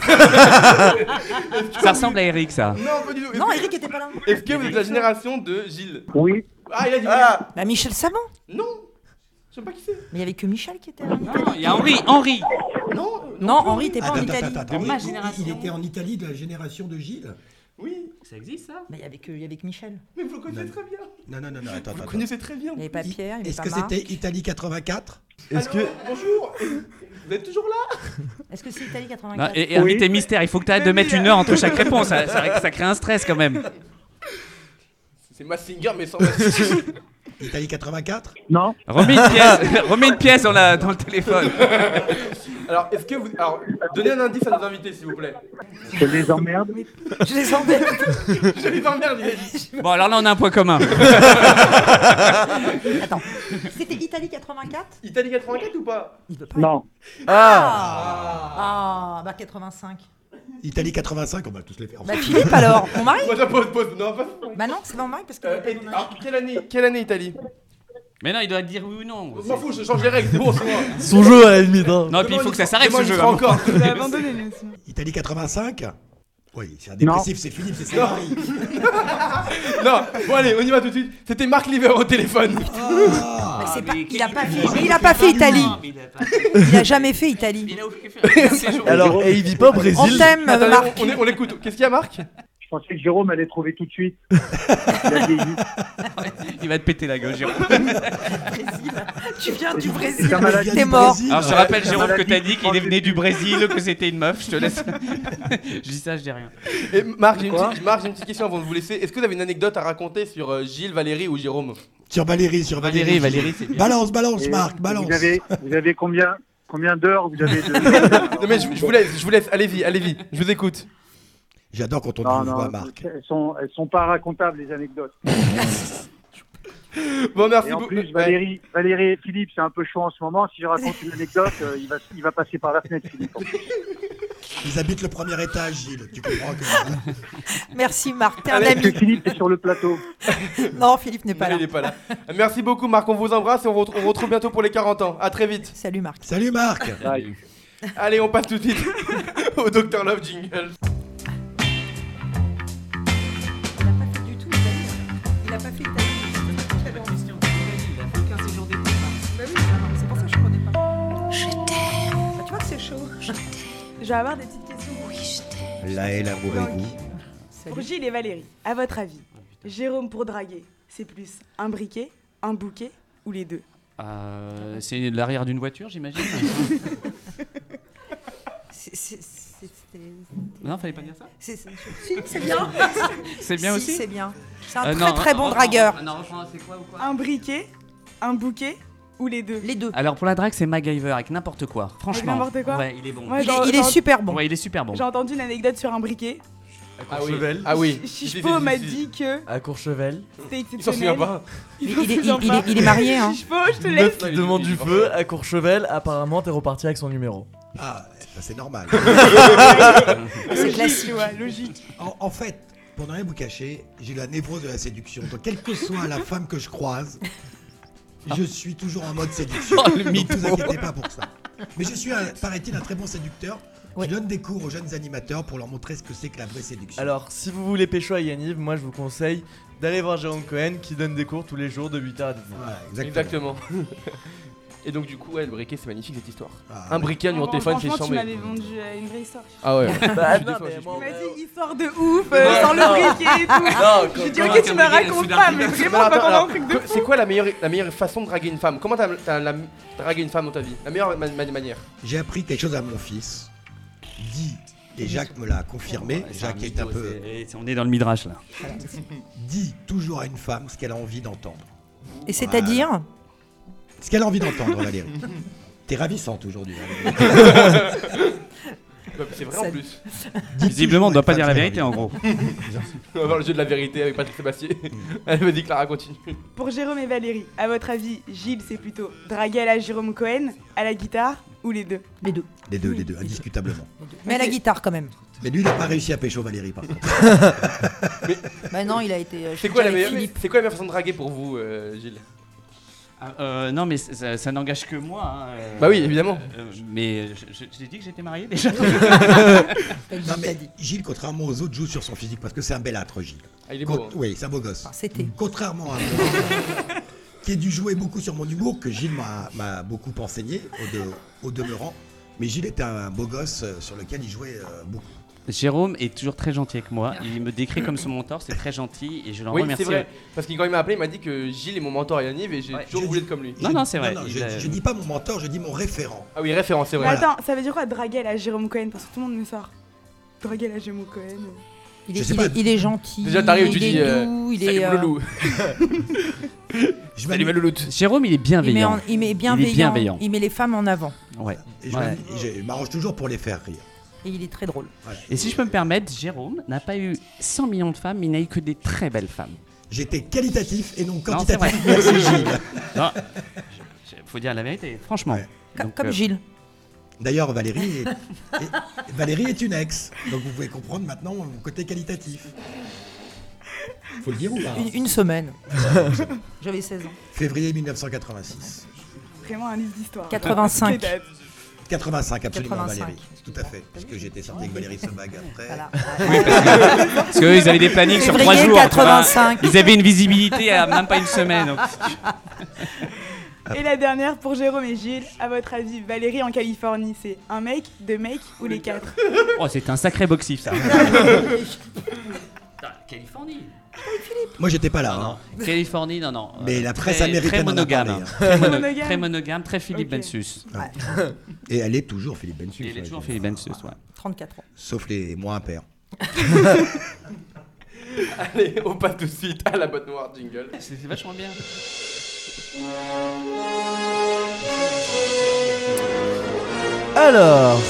Speaker 4: Ça ressemble à Eric, ça.
Speaker 1: Non, pas du tout.
Speaker 5: Non, Eric était pas là.
Speaker 1: Est-ce que vous êtes de la génération de Gilles?
Speaker 10: Oui.
Speaker 1: Ah, il a dit
Speaker 2: Ah,
Speaker 5: Bah, Michel Saban.
Speaker 1: non. Je sais pas qui c'est.
Speaker 5: Mais il y avait que Michel qui était là.
Speaker 4: Non, il y a Henri.
Speaker 1: Non.
Speaker 5: Non, Henri, t'es pas en Italie.
Speaker 6: Attends,
Speaker 4: ma
Speaker 6: il
Speaker 4: génération.
Speaker 6: était en Italie de la génération de Gilles?
Speaker 1: Oui.
Speaker 4: Ça existe ça?
Speaker 5: Mais il y avait que Michel.
Speaker 1: Mais vous le connaissez très bien.
Speaker 6: Non, attends.
Speaker 1: Vous le connaissez très bien.
Speaker 5: Il n'y avait pas Pierre, il n'y avait
Speaker 6: Est-ce
Speaker 5: pas
Speaker 6: que
Speaker 5: Marc.
Speaker 6: c'était Italie 84?
Speaker 2: Est-ce que.
Speaker 1: Bonjour. Vous êtes toujours là?
Speaker 5: Est-ce que c'est Italie
Speaker 4: Non,
Speaker 5: 84?
Speaker 4: et invité mystère, il faut que tu arrêtes de mettre une heure entre chaque réponse. Ça crée un stress quand même.
Speaker 1: C'est Massinger, mais sans Massinger.
Speaker 6: Italie 84?
Speaker 10: Non.
Speaker 4: Remets une pièce dans le téléphone.
Speaker 1: Alors, est-ce que vous. Alors, donnez un indice à nos invités, s'il vous plaît.
Speaker 10: Je les emmerde.
Speaker 5: Je les emmerde.
Speaker 1: Je les emmerde, il a dit.
Speaker 4: Bon, alors là, on a un point commun.
Speaker 5: Attends, c'était Italie 84?
Speaker 1: Italie 84 ou pas?
Speaker 5: Il veut pas.
Speaker 10: Non.
Speaker 5: Ah, bah 85.
Speaker 6: Italie 85, on va tous les faire.
Speaker 5: Bah Philippe alors, mon mari?
Speaker 1: Moi, ça pose. Non, pas.
Speaker 5: Bah non, c'est pas mon mari parce que.
Speaker 1: Alors, quelle année Italie?
Speaker 4: Mais non, il doit dire oui ou non.
Speaker 1: Je m'en fous, je change les règles, c'est bon, c'est moi.
Speaker 2: Son jeu à la limite. Hein.
Speaker 4: Non, puis il faut que ça s'arrête ce jeu.
Speaker 1: encore.
Speaker 3: Vous avez abandonné, nous aussi.
Speaker 6: Italie 85? Oui, c'est un dépressif, c'est Philippe, c'est sa mari.
Speaker 1: Non, bon allez, on y va tout de suite. C'était Marc Liver au téléphone.
Speaker 5: Mais c'est pas- il a pas fait Italie. Il a jamais fait Italie.
Speaker 2: Alors, et il vit pas au
Speaker 5: On
Speaker 2: Brésil.
Speaker 5: t'aime,
Speaker 1: Attendez,
Speaker 5: Marc.
Speaker 1: on l'écoute. Qu'est-ce qu'il y a, Marc?
Speaker 10: Je pensais que Jérôme allait trouver tout de suite. Il a vieilli.
Speaker 4: Il va te péter la gueule, Jérôme.
Speaker 5: Tu viens du Brésil.
Speaker 10: C'est un malade.
Speaker 5: T'es mort.
Speaker 4: Alors je te rappelle,
Speaker 10: Ouais.
Speaker 4: Jérôme, que t'as
Speaker 10: Maladie
Speaker 4: dit qu'il est venu du Brésil, que c'était une meuf. Je te laisse. Je dis ça, je dis rien.
Speaker 1: Et Marc, j'ai
Speaker 10: Quoi
Speaker 1: une petite question avant de vous laisser. Est-ce que vous avez une anecdote à raconter sur Gilles, Valérie ou Jérôme?
Speaker 6: Sur Valérie.
Speaker 4: Valérie, c'est bien.
Speaker 6: Balance,
Speaker 10: Et
Speaker 6: Marc, balance.
Speaker 10: Vous avez combien d'heures vous avez de...
Speaker 1: Non mais je vous laisse. Allez-y. Je vous écoute.
Speaker 6: J'adore quand on
Speaker 10: Non,
Speaker 6: dit
Speaker 10: non,
Speaker 6: voix, Marc.
Speaker 10: elles sont pas racontables, les anecdotes.
Speaker 1: Bon, merci
Speaker 10: Et en
Speaker 1: beaucoup.
Speaker 10: plus, Valérie et Philippe, c'est un peu chaud en ce moment. Si je raconte une anecdote, il va passer par la fenêtre, Philippe.
Speaker 6: Ils habitent le premier étage, Gilles. Tu comprends que...
Speaker 5: Merci Marc, t'es un
Speaker 1: Allez,
Speaker 10: Parce que
Speaker 5: ami.
Speaker 10: Philippe est sur le plateau.
Speaker 5: Non, Philippe n'est pas
Speaker 1: Il
Speaker 5: là.
Speaker 1: est pas là. Merci beaucoup, Marc. On vous embrasse et on vous retrouve bientôt pour les 40 ans. À très vite.
Speaker 5: Salut Marc.
Speaker 6: Salut Marc.
Speaker 10: Bye.
Speaker 1: Allez, on passe tout de suite au Dr Love jingle.
Speaker 5: Il a pas fait du tout Italie. Il a pas fait Italie. C'est pour ça que je connais pas. Je t'aime. Bah, tu vois que c'est chaud.
Speaker 3: Je vais avoir des petites questions. Oui, je t'aime.
Speaker 6: Là est l'amour et vous.
Speaker 3: Pour Gilles et Valérie, à votre avis, Jérôme pour draguer, c'est plus un briquet, un bouquet ou les deux?
Speaker 4: C'est l'arrière d'une voiture, j'imagine. Non, fallait pas dire ça.
Speaker 5: Si, c'est bien.
Speaker 4: C'est bien
Speaker 5: Si,
Speaker 4: aussi.
Speaker 5: c'est bien. C'est un
Speaker 4: Non,
Speaker 5: très bon dragueur.
Speaker 4: Non, c'est quoi ou quoi?
Speaker 3: Un briquet, un bouquet ou les deux?
Speaker 5: Les deux.
Speaker 4: Alors pour la drague, c'est MacGyver avec n'importe quoi. Franchement.
Speaker 3: n'importe quoi?
Speaker 4: Ouais, il est bon.
Speaker 3: Ouais,
Speaker 5: Il est super bon.
Speaker 4: Ouais, il est super bon.
Speaker 3: J'ai entendu une anecdote sur un briquet.
Speaker 1: Ah oui.
Speaker 2: Courchevel.
Speaker 1: Ah oui.
Speaker 3: Chichepo m'a dit que
Speaker 2: À Courchevel.
Speaker 3: c'était
Speaker 1: Il s'en souvient
Speaker 3: exceptionnel.
Speaker 1: pas.
Speaker 5: Il est marié, hein.
Speaker 3: Chichepo, je te
Speaker 2: Une
Speaker 3: laisse.
Speaker 2: meuf qui demande du feu à Courchevel. Apparemment, t'es reparti avec son numéro.
Speaker 6: Ah, ça c'est normal.
Speaker 5: C'est classique.
Speaker 3: Tu vois, logique.
Speaker 6: En fait, pour ne rien vous cacher, j'ai la névrose de la séduction. Donc, quelle que soit la femme que je croise, je suis toujours en mode séduction.
Speaker 4: Oh, le
Speaker 6: Donc,
Speaker 4: mytho.
Speaker 6: ne vous inquiétez pas pour ça. Mais je suis, paraît-il, un très bon séducteur.
Speaker 5: Oui.
Speaker 6: Je donne des cours aux jeunes animateurs pour leur montrer ce que c'est que la vraie séduction.
Speaker 2: Alors, si vous voulez pécho à Yaniv, moi je vous conseille d'aller voir Jérôme Cohen qui donne des cours tous les jours de 8h à 19h.
Speaker 6: Voilà,
Speaker 1: Exactement. Et donc, du coup, ouais, le briquet, c'est magnifique cette histoire.
Speaker 6: Ah,
Speaker 1: Un briquet, un numéro de téléphone, c'est
Speaker 3: Franchement, tu
Speaker 1: chiant.
Speaker 3: m'avais vendu une vraie histoire.
Speaker 1: Ah ouais.
Speaker 2: Bah,
Speaker 1: Je suis
Speaker 2: non,
Speaker 1: déçu,
Speaker 2: mais
Speaker 1: je suis
Speaker 2: moi,
Speaker 3: Il m'a
Speaker 2: ouais.
Speaker 3: dit histoire de ouf,
Speaker 2: Ouais.
Speaker 3: sans le briquet et tout.
Speaker 2: Non,
Speaker 3: J'ai dit
Speaker 4: quand-
Speaker 3: ok, tu me
Speaker 4: quand-
Speaker 3: racontes
Speaker 4: quand-
Speaker 3: pas, mais
Speaker 4: quand-
Speaker 3: vraiment
Speaker 1: Alors,
Speaker 3: pas
Speaker 1: attends,
Speaker 3: pendant un
Speaker 1: alors,
Speaker 3: truc de fou.
Speaker 1: c'est quoi la meilleure façon de draguer une femme? Comment t'as dragué une femme dans ta vie? La meilleure manière?
Speaker 6: J'ai appris quelque chose à mon fils. Dit, et Jacques me l'a confirmé. Jacques est un peu.
Speaker 4: On est dans le midrash là.
Speaker 6: Dis toujours à une femme ce qu'elle a envie d'entendre.
Speaker 5: Et c'est-à-dire
Speaker 6: Ce qu'elle a envie d'entendre, Valérie. T'es ravissante aujourd'hui. Valérie.
Speaker 1: Ouais, c'est vrai en plus.
Speaker 4: Visiblement, on ne doit pas dire la
Speaker 6: Femme,
Speaker 4: vérité en gros.
Speaker 1: On va voir le jeu de la vérité avec Patrick Sébastien. Elle me dit Clara continue.
Speaker 3: Pour Jérôme et Valérie, à votre avis, Gilles, c'est plutôt draguer à la Jérôme Cohen, à la guitare ou les deux?
Speaker 5: les deux.
Speaker 6: Les deux, indiscutablement.
Speaker 5: Mais à la guitare quand même.
Speaker 6: Mais lui, il n'a pas réussi à pécho Valérie, par contre.
Speaker 5: Bah non, il a été.
Speaker 1: C'est quoi la
Speaker 5: avec
Speaker 1: meilleure
Speaker 5: Philippe.
Speaker 1: c'est quoi la meilleure façon de draguer pour vous, Gilles?
Speaker 4: Non, mais ça n'engage que moi. Hein,
Speaker 1: Bah oui, évidemment.
Speaker 4: Mais j'ai dit que j'étais marié déjà.
Speaker 6: Non, mais Gilles, contrairement aux autres, joue sur son physique parce que c'est un bel âtre, Gilles.
Speaker 1: Ah, il est beau. hein.
Speaker 6: Oui, c'est un beau gosse.
Speaker 5: Enfin, c'était.
Speaker 6: Contrairement à moi, qui ai dû jouer beaucoup sur mon humour, que Gilles m'a beaucoup enseigné au demeurant. Mais Gilles était un beau gosse sur lequel il jouait beaucoup.
Speaker 4: Jérôme est toujours très gentil avec moi. Il me décrit comme son mentor, c'est très gentil et je l'en
Speaker 1: Oui,
Speaker 4: remercie.
Speaker 1: c'est vrai. Parce que quand il m'a appelé, il m'a dit que Gilles est mon mentor à Yaniv et j'ai toujours voulu être comme lui.
Speaker 4: Non, c'est vrai.
Speaker 6: Je dis pas mon mentor, je dis mon référent.
Speaker 1: Ah oui, référent, c'est
Speaker 3: Mais
Speaker 1: vrai.
Speaker 3: attends, ça veut dire quoi draguer à Jérôme Cohen? Parce que tout le monde me sort. Draguer à Jérôme Cohen.
Speaker 5: Il est gentil.
Speaker 1: Déjà, t'arrives, tu
Speaker 5: il
Speaker 1: dis.
Speaker 5: est doux, il
Speaker 1: Salut
Speaker 5: est.
Speaker 1: mon loulou. Salut ma louloute.
Speaker 4: Jérôme, il est bienveillant.
Speaker 5: Il met bienveillant. Il met les femmes en avant.
Speaker 4: Ouais.
Speaker 6: Et je m'arrange toujours pour les faire rire.
Speaker 5: Et il est très drôle.
Speaker 6: Voilà.
Speaker 4: Et si je peux me permettre, Jérôme n'a pas eu 100 millions de femmes, mais il n'a eu que des très belles femmes.
Speaker 6: J'étais qualitatif et non
Speaker 4: Non,
Speaker 6: quantitatif.
Speaker 4: c'est vrai.
Speaker 6: Merci Gilles.
Speaker 4: Non, faut dire la vérité, franchement.
Speaker 6: Ouais.
Speaker 4: Donc,
Speaker 5: Comme Gilles.
Speaker 6: D'ailleurs, Valérie est une ex. Donc vous pouvez comprendre maintenant mon côté qualitatif. Faut le dire ou pas?
Speaker 5: Une semaine. J'avais 16 ans.
Speaker 6: Février 1986.
Speaker 3: Vraiment un livre d'histoire.
Speaker 5: 85.
Speaker 3: Les dates.
Speaker 6: 85, absolument
Speaker 5: 85.
Speaker 6: Valérie. Tout à fait. Parce que j'étais sorti avec Valérie Sebag après.
Speaker 5: Voilà.
Speaker 4: Oui, parce qu'eux, ils avaient des plannings sur 3
Speaker 5: Février
Speaker 4: jours.
Speaker 5: 85.
Speaker 4: Ils avaient une visibilité à même pas une semaine. Donc.
Speaker 3: Et la dernière pour Jérôme et Gilles. À votre avis, Valérie en Californie, c'est un mec, 2 mecs ou les 4?
Speaker 4: Oh, c'est un sacré boxif, ça. Californie.
Speaker 6: Moi, j'étais pas là.
Speaker 4: Non,
Speaker 6: hein.
Speaker 4: non. Californie, non.
Speaker 6: Mais la presse
Speaker 4: Très-
Speaker 6: américaine
Speaker 4: très
Speaker 6: en a
Speaker 4: monogame.
Speaker 6: parlé,
Speaker 3: hein.
Speaker 4: Très monogame, très Philippe
Speaker 3: Ok.
Speaker 4: Bensus.
Speaker 6: Et elle est toujours Philippe Bensus.
Speaker 4: Et il est
Speaker 6: ouais.
Speaker 4: toujours Philippe Bensus, ouais.
Speaker 5: 34 ans.
Speaker 6: Sauf les mois impairs.
Speaker 1: Allez, on passe tout de suite à la boîte noire jingle.
Speaker 4: C'est vachement bien.
Speaker 2: Alors,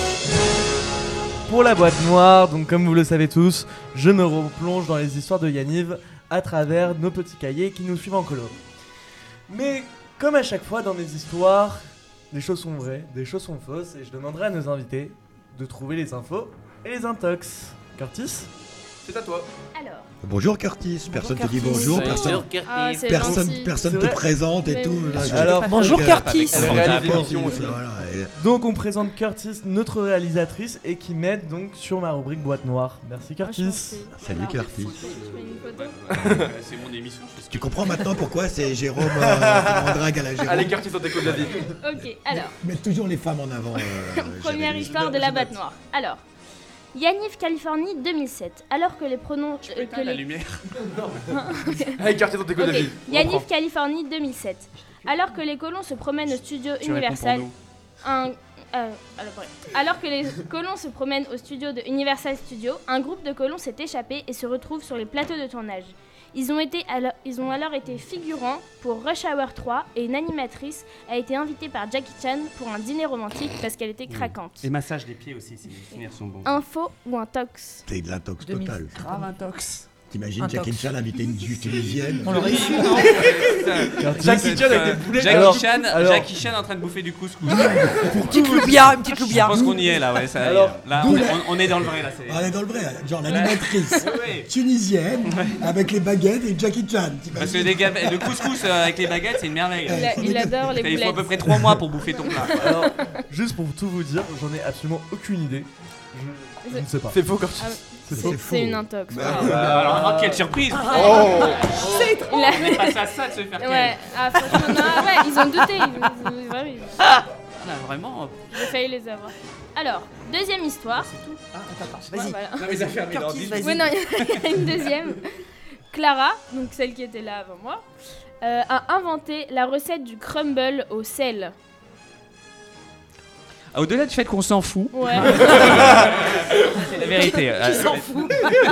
Speaker 2: pour la boîte noire, donc comme vous le savez tous, je me replonge dans les histoires de Yaniv à travers nos petits cahiers qui nous suivent en colo. Mais comme à chaque fois dans mes histoires, des choses sont vraies, des choses sont fausses, et je demanderai à nos invités de trouver les infos et les intox. Curtis?
Speaker 1: C'est à toi.
Speaker 9: Alors,
Speaker 6: Bonjour Curtis. Personne te dit
Speaker 5: Curtis.
Speaker 6: bonjour.
Speaker 9: ah, c'est
Speaker 6: Personne
Speaker 9: gentil.
Speaker 6: te
Speaker 2: C'est vrai.
Speaker 6: présente et
Speaker 9: Mais
Speaker 6: tout.
Speaker 9: oui.
Speaker 6: Là, je-
Speaker 2: Alors,
Speaker 5: Bonjour Curtis.
Speaker 1: Elle réalise des émissions aussi.
Speaker 6: Voilà, et-
Speaker 2: Donc on présente Curtis, notre réalisatrice, et qui m'aide donc sur ma rubrique boîte noire. Merci Curtis.
Speaker 9: Enchantée.
Speaker 6: Salut Curtis.
Speaker 9: Je fais une photo.
Speaker 4: C'est mon émission.
Speaker 6: Tu comprends maintenant pourquoi c'est Jérôme en drague à la Jérôme.
Speaker 1: Allez, Curtis, on t'écoute, David.
Speaker 9: Ok, alors,
Speaker 6: Mets toujours les femmes en avant.
Speaker 9: première
Speaker 6: Jérémy.
Speaker 9: histoire de la boîte noire. Alors, Yaniv, Californie, 2007. Alors que les pronoms. que
Speaker 4: La
Speaker 9: les...
Speaker 4: lumière.
Speaker 1: Allez, Curtis, on t'écoute,
Speaker 9: Ok,
Speaker 1: David.
Speaker 9: Yaniv, Californie, 2007. Alors que les colons se promènent au studio Universal. Alors que les colons se promènent au studio de Universal Studios, un groupe de colons s'est échappé et se retrouve sur les plateaux de tournage. Ils ont alors été figurants pour Rush Hour 3 et une animatrice a été invitée par Jackie Chan pour un dîner romantique parce qu'elle était craquante.
Speaker 4: Et massage des pieds aussi, si les souvenirs sont bons.
Speaker 9: Info ou un tox?
Speaker 6: C'est de l'intox total.
Speaker 4: Grave intox.
Speaker 6: T'imagines
Speaker 5: Un
Speaker 6: Jackie
Speaker 5: tox.
Speaker 6: Chan inviter une tunisienne.
Speaker 5: On l'aurait su.
Speaker 1: Jackie Chan avec des boulets.
Speaker 4: Jackie Chan en train de bouffer du couscous.
Speaker 5: Une petite loubia, une petite
Speaker 4: Je
Speaker 5: loubia.
Speaker 4: pense qu'on y est là, ouais. Ça,
Speaker 2: Alors,
Speaker 4: là,
Speaker 6: d'où
Speaker 4: on est dans le vrai là.
Speaker 6: On est dans le vrai, genre l'animatrice
Speaker 4: Oui.
Speaker 6: tunisienne avec les baguettes et Jackie Chan.
Speaker 4: Parce que le couscous avec les baguettes, c'est une merveille.
Speaker 9: Il adore les
Speaker 4: Il faut à
Speaker 9: boulettes.
Speaker 4: peu près 3 mois pour bouffer ton plat.
Speaker 2: Alors, juste pour tout vous dire, j'en ai absolument aucune idée. Je ne sais pas.
Speaker 1: C'est faux, Curtis.
Speaker 9: Ah ouais.
Speaker 2: C'est faux.
Speaker 9: C'est une intox.
Speaker 4: Alors, quelle surprise.
Speaker 1: Oh
Speaker 9: Il a-
Speaker 4: On est passé à ça de se faire
Speaker 9: Ouais, ah, franchement, non, ouais, ils ont douté. Ouais,
Speaker 4: Vraiment.
Speaker 9: j'ai failli les avoir. Alors, deuxième histoire.
Speaker 5: Vas-y.
Speaker 9: Ouais, voilà.
Speaker 4: Non, mais ça ferme
Speaker 5: Curtis, vas-y.
Speaker 9: Oui, non, il y a une deuxième. Clara, donc celle qui était là avant moi, a inventé la recette du crumble au sel.
Speaker 4: Au-delà du fait qu'on s'en fout,
Speaker 9: Ouais.
Speaker 4: c'est la vérité.
Speaker 5: Qui s'en fout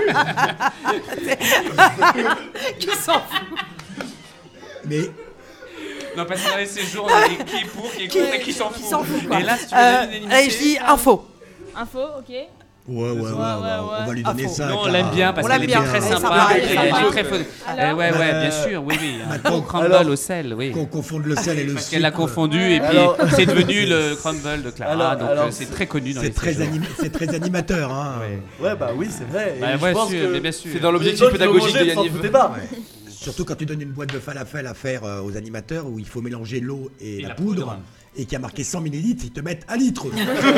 Speaker 5: Qui s'en fout
Speaker 6: Mais
Speaker 4: Non, parce qu'on avait ces jours, on a dit qui est pour, qui est contre et qui s'en
Speaker 5: Qui
Speaker 4: fout.
Speaker 5: s'en fout, quoi.
Speaker 4: Et là, si tu veux donner une unanimité.
Speaker 5: Allez, je dis info.
Speaker 9: Info, ok.
Speaker 6: ouais, on va lui donner
Speaker 5: Ah, faux.
Speaker 6: ça.
Speaker 4: Non, on
Speaker 6: Clara.
Speaker 4: l'aime bien parce
Speaker 5: On
Speaker 4: qu'elle
Speaker 5: l'aime
Speaker 4: est bien
Speaker 5: bien.
Speaker 4: très
Speaker 5: Elle est
Speaker 4: sympa.
Speaker 5: sympa, elle est
Speaker 4: Elle est
Speaker 5: sympa.
Speaker 4: très fun.
Speaker 9: Alors
Speaker 4: Ouais,
Speaker 6: Euh,
Speaker 4: bien sûr, oui. Un
Speaker 6: maintenant,
Speaker 4: bon crumble
Speaker 2: alors-
Speaker 4: au sel, oui.
Speaker 6: Qu'on confonde le sel et le
Speaker 4: Parce
Speaker 6: sucre.
Speaker 4: qu'elle l'a confondu et puis
Speaker 2: Alors-
Speaker 4: c'est devenu le crumble de Clara, donc
Speaker 2: alors,
Speaker 4: c'est très connu dans les
Speaker 6: C'est très,
Speaker 4: séjours.
Speaker 6: c'est très animateur. Hein.
Speaker 4: Ouais.
Speaker 2: Ouais, bah oui, c'est vrai. Et
Speaker 4: Bah,
Speaker 2: je
Speaker 4: ouais,
Speaker 2: pense
Speaker 4: sûr,
Speaker 2: que
Speaker 4: mais bien sûr.
Speaker 1: C'est dans
Speaker 2: les
Speaker 1: l'objectif
Speaker 2: gens qui
Speaker 1: pédagogique
Speaker 2: vont
Speaker 1: de
Speaker 2: manger, s'en
Speaker 1: Yaniv.
Speaker 2: foutaient pas.
Speaker 6: Ouais. Surtout quand tu donnes une boîte de falafel à faire aux animateurs où il faut mélanger l'eau et, la poudre et qui a marqué 100 millilitres, ils te mettent 1 litre.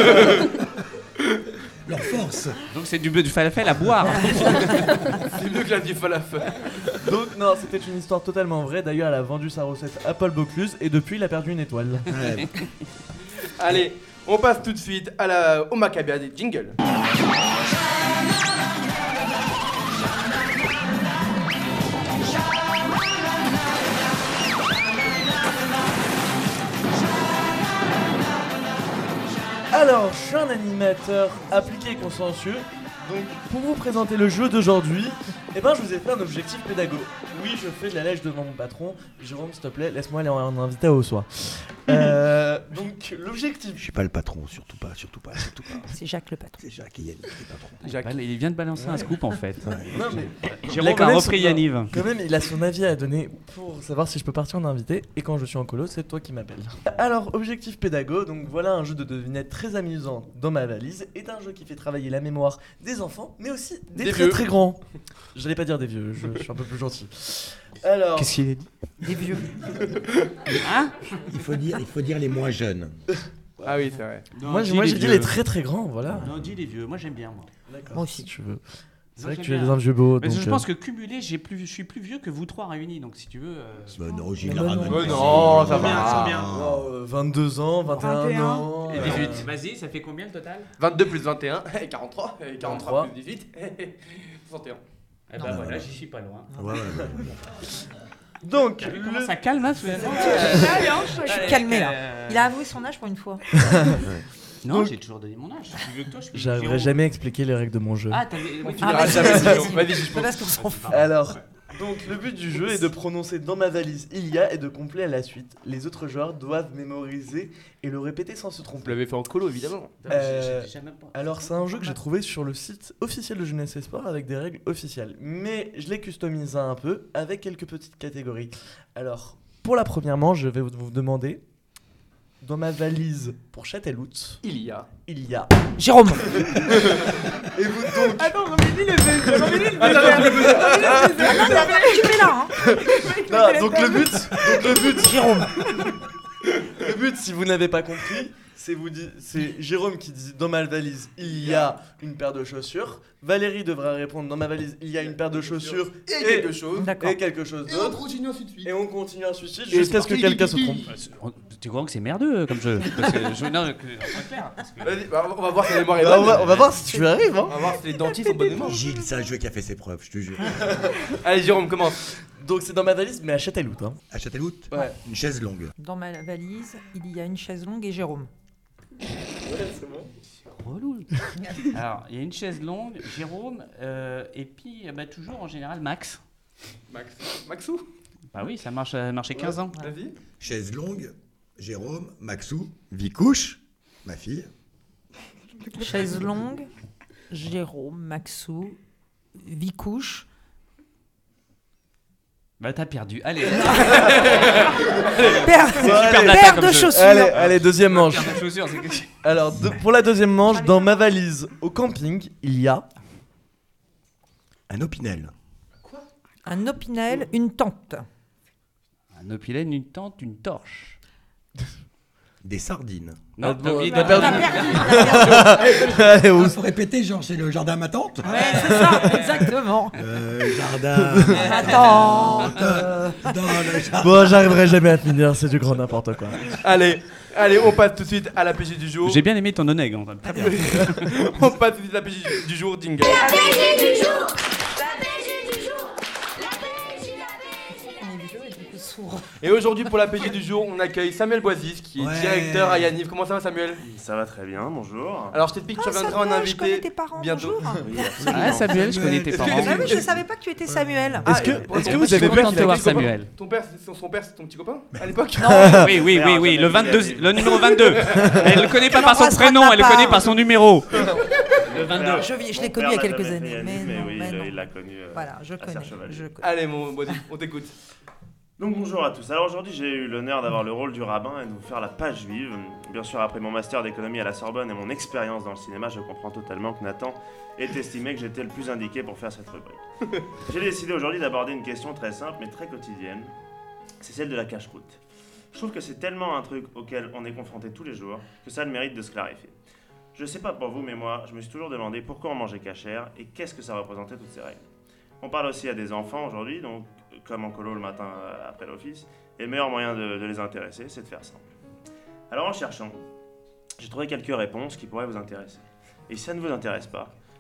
Speaker 6: Leur force.
Speaker 4: Donc c'est du falafel à boire.
Speaker 1: C'est mieux que la vie falafel.
Speaker 2: Donc non, c'était une histoire totalement vraie. D'ailleurs, elle a vendu sa recette à Paul Bocuse et depuis, il a perdu une étoile.
Speaker 6: Ouais.
Speaker 1: Allez, on passe tout de suite au Maccabia des jingles.
Speaker 2: Alors, je suis un animateur appliqué et consciencieux, donc pour vous présenter le jeu d'aujourd'hui, je vous ai fait un objectif pédago. Oui, je fais de la lèche devant mon patron. Jérôme, s'il te plaît, laisse-moi aller en invité au soir. Donc, l'objectif...
Speaker 6: Je suis pas le patron, surtout pas.
Speaker 5: C'est Jacques le patron.
Speaker 6: C'est Jacques et Yannick, les patrons.
Speaker 4: Jacques. Il vient de balancer un scoop en fait.
Speaker 2: Non, mais
Speaker 4: Jérôme a repris Yaniv.
Speaker 2: Quand même, il a son avis à donner pour savoir si je peux partir en invité. Et quand je suis en colo, c'est toi qui m'appelles. Alors, objectif pédago. Donc voilà un jeu de devinette très amusant dans ma valise. Est un jeu qui fait travailler la mémoire des enfants, mais aussi des très
Speaker 1: vieux.
Speaker 2: très grands. J'allais pas dire des vieux, je suis un peu plus gentil. Alors,
Speaker 4: Qu'est-ce qu'il a dit?
Speaker 5: Des vieux.
Speaker 4: Hein?
Speaker 6: Il faut dire les moins jeunes.
Speaker 1: Ah oui, c'est vrai.
Speaker 2: moi j'ai dit les très très grands, voilà.
Speaker 4: Non, dis les vieux. Moi j'aime bien moi.
Speaker 2: D'accord.
Speaker 5: Moi aussi.
Speaker 2: Si tu veux. C'est
Speaker 4: Moi,
Speaker 2: vrai que
Speaker 4: j'aime
Speaker 2: tu es
Speaker 4: bien.
Speaker 2: un vieux beau.
Speaker 4: Mais
Speaker 2: Donc,
Speaker 4: je pense que cumulé, je suis plus vieux que vous trois réunis. Donc si tu veux.
Speaker 6: Non, Gilles
Speaker 5: Non,
Speaker 6: ramène
Speaker 5: non.
Speaker 6: pas.
Speaker 1: non, ça
Speaker 4: Combien,
Speaker 1: va.
Speaker 4: combien
Speaker 2: 22 ans, 21
Speaker 3: 21.
Speaker 2: ans.
Speaker 4: Et 18. Vas-y, ça fait combien le total?
Speaker 1: 22 plus 21, 43. 43 plus 18, 61.
Speaker 4: Eh ben voilà, j'y suis pas loin.
Speaker 6: Ouais.
Speaker 2: Donc,
Speaker 4: Comment ça calme hein, finalement
Speaker 5: Je suis calmé là. Il a avoué son âge pour une fois.
Speaker 4: Non,
Speaker 2: Donc-
Speaker 4: j'ai toujours donné mon âge. Je suis plus vieux que toi. Je suis plus
Speaker 2: j'arriverai
Speaker 4: Jérôme.
Speaker 2: jamais à expliquer les règles de mon jeu.
Speaker 4: Ah, t'avais.
Speaker 1: Tu
Speaker 5: Ah,
Speaker 1: verras
Speaker 5: vas-y,
Speaker 1: jamais,
Speaker 5: vas-y,
Speaker 1: Jérôme.
Speaker 5: vas-y.
Speaker 1: Vas-y, je
Speaker 5: C'est
Speaker 1: pense.
Speaker 5: parce qu'on s'en fout.
Speaker 2: Alors, donc le but du jeu est de prononcer dans ma valise il y a et de compléter à la suite. Les autres joueurs doivent mémoriser et le répéter sans se
Speaker 1: Vous
Speaker 2: tromper.
Speaker 1: l'avez fait en colo, évidemment.
Speaker 4: J'ai déjà même pas.
Speaker 2: Alors c'est un jeu que j'ai trouvé sur le site officiel de Jeunesse et Sport avec des règles officielles. Mais je l'ai customisé un peu avec quelques petites catégories. Alors, pour la première manche, je vais vous demander, dans ma valise pour Châtellerault,
Speaker 1: Il y a.
Speaker 2: il y a...
Speaker 5: Jérôme.
Speaker 2: Et vous donc...
Speaker 3: Attends, remets-lui le buzzer. Remets-lui le
Speaker 5: Tu fais là, hein.
Speaker 2: Non, donc le but,
Speaker 5: Jérôme.
Speaker 2: le but, si vous n'avez pas compris, c'est Jérôme qui dit dans ma valise il y a une paire de chaussures. Valérie devra répondre dans ma valise il y a une paire de chaussures
Speaker 1: Et quelque chose.
Speaker 5: D'accord.
Speaker 2: et quelque chose
Speaker 1: Et on
Speaker 2: d'autre.
Speaker 1: continue ainsi de suite.
Speaker 2: Et on continue ainsi de suite
Speaker 1: Et
Speaker 2: jusqu'à ce
Speaker 1: c'est
Speaker 2: que
Speaker 1: parti,
Speaker 2: quelqu'un se
Speaker 1: Kiki.
Speaker 2: trompe.
Speaker 4: Tu crois que c'est merdeux comme jeu? Parce que non, c'est clair. Parce que...
Speaker 1: Vas-y, bah, on va voir si la mémoire est
Speaker 2: Bah,
Speaker 1: bonne.
Speaker 2: on va voir si tu arrives. Hein.
Speaker 1: On va voir si les dentistes ont bonne mémoire.
Speaker 6: Gilles, c'est un jeu qui a fait ses preuves, je te jure.
Speaker 1: Allez, Jérôme, commence.
Speaker 2: Donc c'est dans ma valise mais à Châtellerault. Hein.
Speaker 6: À Châtellerault,
Speaker 2: Ouais.
Speaker 6: une chaise longue.
Speaker 5: Dans ma valise, il y a une chaise longue et Jérôme.
Speaker 2: C'est bon.
Speaker 4: Relou. Alors, il y a une chaise longue, Jérôme, et puis bah, toujours en général Max.
Speaker 1: Maxou.
Speaker 4: Bah oui, ça marche, a marché 15 ans.
Speaker 1: Vas-y.
Speaker 6: Chaise longue, Jérôme, Maxou, Vicouche, ma fille.
Speaker 5: Chaise longue, Jérôme, Maxou, Vicouche.
Speaker 4: Bah t'as perdu. Allez.
Speaker 5: Paire,
Speaker 4: blata comme
Speaker 5: de
Speaker 4: jeu.
Speaker 5: chaussures.
Speaker 2: Allez, deuxième manche.
Speaker 4: Paire de chaussures, c'est que...
Speaker 2: Alors pour la deuxième manche, dans ma valise au camping, il y a...
Speaker 6: Un opinel.
Speaker 5: Un opinel, une tente.
Speaker 4: Un opilène, une tente, une torche.
Speaker 6: Des sardines.
Speaker 4: Non,
Speaker 2: bon,
Speaker 4: il
Speaker 2: t'as
Speaker 4: a
Speaker 2: perdu. Allez,
Speaker 6: Il
Speaker 2: où
Speaker 6: faut répéter, genre, c'est le jardin à ma tante.
Speaker 5: Ouais, c'est ça, exactement.
Speaker 6: Jardin.
Speaker 5: Attends.
Speaker 6: Dans le jardin.
Speaker 2: Bon, j'arriverai jamais à finir, c'est du grand n'importe quoi.
Speaker 1: Allez, on passe tout de suite à la PJ du jour.
Speaker 4: J'ai bien aimé ton oneg. Hein. Très bien.
Speaker 1: On passe tout de suite à la PJ du jour, jingle. Et aujourd'hui, pour la PJ du jour, on accueille Samuel Boisis, qui est
Speaker 6: Ouais.
Speaker 1: directeur à Yaniv. Comment ça va, Samuel?
Speaker 11: Ça va très bien, bonjour.
Speaker 1: Alors, je t'explique que tu reviendras en
Speaker 5: Samuel, je connais
Speaker 1: invité
Speaker 5: tes parents,
Speaker 1: bientôt.
Speaker 5: bonjour.
Speaker 11: Oui, absolument.
Speaker 4: Ah, Samuel, je connais tes parents.
Speaker 5: Ah oui, je savais pas que tu étais Samuel.
Speaker 2: Est-ce que,
Speaker 1: Ah,
Speaker 2: est-ce que
Speaker 1: moi,
Speaker 2: vous
Speaker 1: je suis
Speaker 2: avez
Speaker 1: content
Speaker 2: peur
Speaker 4: de te voir,
Speaker 1: Ton copain.
Speaker 4: Samuel.
Speaker 1: Son père, c'est ton petit copain à l'époque?
Speaker 4: Oui, oui, oui, oui, le 22, le numéro 22. Elle le connaît pas par son
Speaker 5: l'embrasseras
Speaker 4: prénom,
Speaker 5: de ma
Speaker 4: elle le connaît
Speaker 5: part.
Speaker 4: par son numéro. Le 22.
Speaker 5: Je l'ai connu il y a quelques années.
Speaker 11: Mais oui,
Speaker 5: mais non.
Speaker 11: il l'a connu.
Speaker 5: Voilà, je
Speaker 11: à
Speaker 5: connais.
Speaker 11: Serre-Chevalier.
Speaker 5: je connais.
Speaker 1: Allez, mon Boisis, on t'écoute.
Speaker 11: Donc bonjour à tous. Alors aujourd'hui j'ai eu l'honneur d'avoir le rôle du rabbin et de vous faire la page juive. Bien sûr après mon master d'économie à la Sorbonne et mon expérience dans le cinéma, je comprends totalement que Nathan ait estimé que j'étais le plus indiqué pour faire cette rubrique. J'ai décidé aujourd'hui d'aborder une question très simple mais très quotidienne. C'est celle de la cache-croûte. Je trouve que c'est tellement un truc auquel on est confronté tous les jours que ça a le mérite de se clarifier. Je sais pas pour vous mais moi, je me suis toujours demandé pourquoi on mangeait cachère et qu'est-ce que ça représentait toutes ces règles. On parle aussi à des enfants aujourd'hui, donc comme en colo le matin après l'office, et le meilleur moyen de les intéresser, c'est de faire simple. Alors en cherchant, j'ai trouvé quelques réponses qui pourraient vous intéresser. Et si ça ne vous intéresse pas,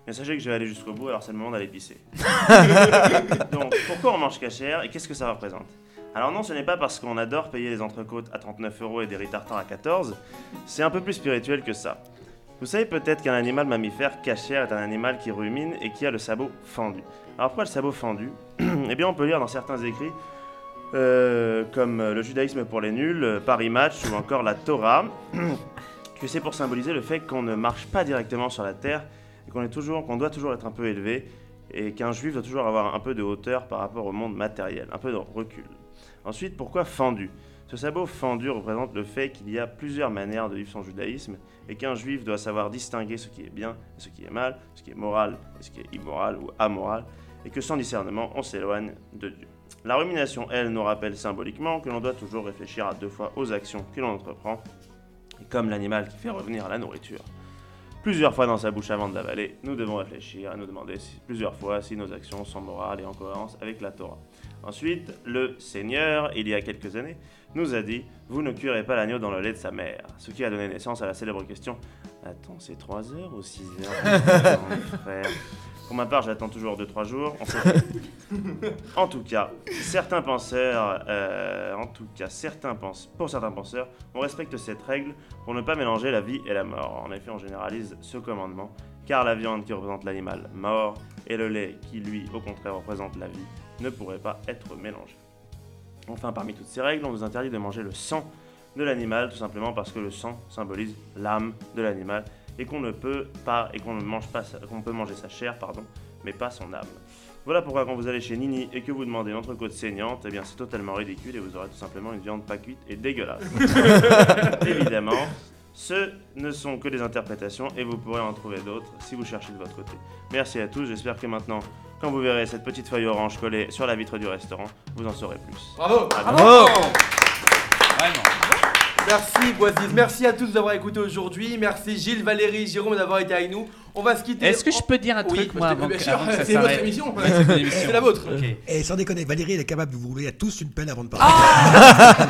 Speaker 11: Mais sachez que je vais aller jusqu'au bout, alors c'est le moment d'aller pisser. Donc, pourquoi on mange cachère et qu'est-ce que ça représente? Alors non, ce n'est pas parce qu'on adore payer les entrecôtes à 39 € et des riz tartare à 14, c'est un peu plus spirituel que ça. Vous savez peut-être qu'un animal mammifère cachère est un animal qui rumine et qui a le sabot fendu. Alors pourquoi le sabot fendu? Eh bien on peut lire dans certains écrits, comme le judaïsme pour les nuls, Paris Match ou encore la Torah, que c'est pour symboliser le fait qu'on ne marche pas directement sur la terre et qu'on doit toujours être un peu élevé et qu'un juif doit toujours avoir un peu de hauteur par rapport au monde matériel, un peu de recul. Ensuite, pourquoi fendu? Ce sabot fendu représente le fait qu'il y a plusieurs manières de vivre son judaïsme et qu'un juif doit savoir distinguer ce qui est bien et ce qui est mal, ce qui est moral et ce qui est immoral ou amoral, et que sans discernement, on s'éloigne de Dieu. La rumination, elle, nous rappelle symboliquement que l'on doit toujours réfléchir à 2 fois aux actions que l'on entreprend, et comme l'animal qui fait revenir la nourriture plusieurs fois dans sa bouche avant de l'avaler, nous devons réfléchir et nous demander plusieurs fois si nos actions sont morales et en cohérence avec la Torah. Ensuite, le Seigneur, il y a quelques années, nous a dit « Vous ne cuirez pas l'agneau dans le lait de sa mère », ce qui a donné naissance à la célèbre question « Attends, c'est 3 heures ou 6 heures, frère ?» Pour ma part, j'attends toujours 2-3 jours. En tout cas, pour certains penseurs, on respecte cette règle pour ne pas mélanger la vie et la mort. En effet, on généralise ce commandement, car la viande qui représente l'animal mort et le lait qui, lui, au contraire, représente la vie, ne pourraient pas être mélangés. Enfin, parmi toutes ces règles, on nous interdit de manger le sang de l'animal, tout simplement parce que le sang symbolise l'âme de l'animal, et qu'on peut manger sa chair, mais pas son âme. Voilà pourquoi quand vous allez chez Nini et que vous demandez une entrecôte saignante, eh bien c'est totalement ridicule et vous aurez tout simplement une viande pas cuite et dégueulasse. Évidemment, ce ne sont que des interprétations et vous pourrez en trouver d'autres si vous cherchez de votre côté. Merci à tous, j'espère que maintenant, quand vous verrez cette petite feuille orange collée sur la vitre du restaurant, vous en saurez plus.
Speaker 1: Bravo!
Speaker 2: Bravo!
Speaker 4: Vraiment.
Speaker 1: Merci Boisiz, merci à tous d'avoir écouté aujourd'hui. Merci Gilles, Valérie, Jérôme d'avoir été avec nous. On va se quitter.
Speaker 4: Est-ce que je peux dire un truc, moi, avant que ça
Speaker 1: c'est votre
Speaker 4: s'arrête?
Speaker 1: émission.
Speaker 4: Ouais, c'est mon émission.
Speaker 1: C'est la vôtre.
Speaker 4: Ok.
Speaker 6: Et sans déconner, Valérie, elle est capable de vous rouler à tous une pelle avant de partir.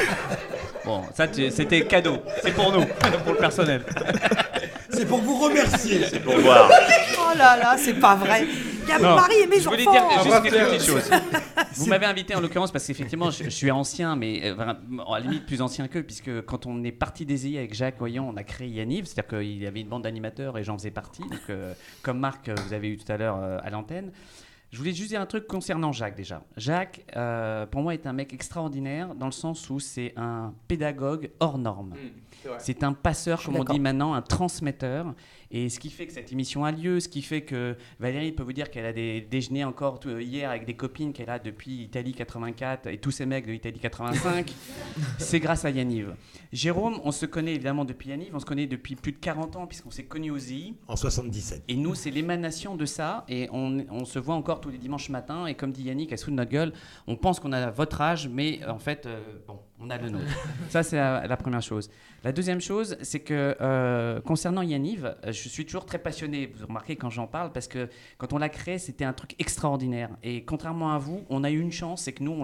Speaker 4: Bon, ça, c'était cadeau. C'est pour nous, pour le personnel.
Speaker 6: C'est pour vous remercier.
Speaker 11: C'est pour voir.
Speaker 5: Oh là là, c'est pas vrai. Il y a
Speaker 4: Non,
Speaker 5: Marie et mes
Speaker 4: je
Speaker 5: enfants.
Speaker 4: voulais dire juste
Speaker 1: va
Speaker 4: quelques
Speaker 1: faire.
Speaker 4: petites choses. Vous m'avez invité en l'occurrence parce qu'effectivement je suis ancien, mais à la limite plus ancien qu'eux, puisque quand on est parti des EI avec Jacques Voyant, on a créé Yaniv, c'est-à-dire qu'il y avait une bande d'animateurs et j'en faisais partie, donc, comme Marc vous avez eu tout à l'heure à l'antenne. Je voulais juste dire un truc concernant Jacques déjà. Jacques, pour moi, est un mec extraordinaire dans le sens où c'est un pédagogue hors norme. C'est un passeur, comme on dit maintenant, un transmetteur. Et ce qui fait que cette émission a lieu, ce qui fait que Valérie peut vous dire qu'elle a des déjeuners encore hier avec des copines qu'elle a depuis Italie 84 et tous ces mecs de Italie 85, c'est grâce à Yaniv. Jérôme, on se connaît évidemment depuis Yaniv, on se connaît depuis plus de 40 ans puisqu'on s'est connus aux EI.
Speaker 6: En 77.
Speaker 4: Et nous, c'est l'émanation de ça. Et on se voit encore tous les dimanches matins. Et comme dit Yannick, à sous de notre gueule, on pense qu'on a votre âge, mais en fait, on a le nôtre. Ça, c'est la première chose. La deuxième chose, c'est que concernant Yaniv, je suis toujours très passionné. Vous remarquez quand j'en parle, parce que quand on l'a créé, c'était un truc extraordinaire. Et contrairement à vous, on a eu une chance, c'est que nous,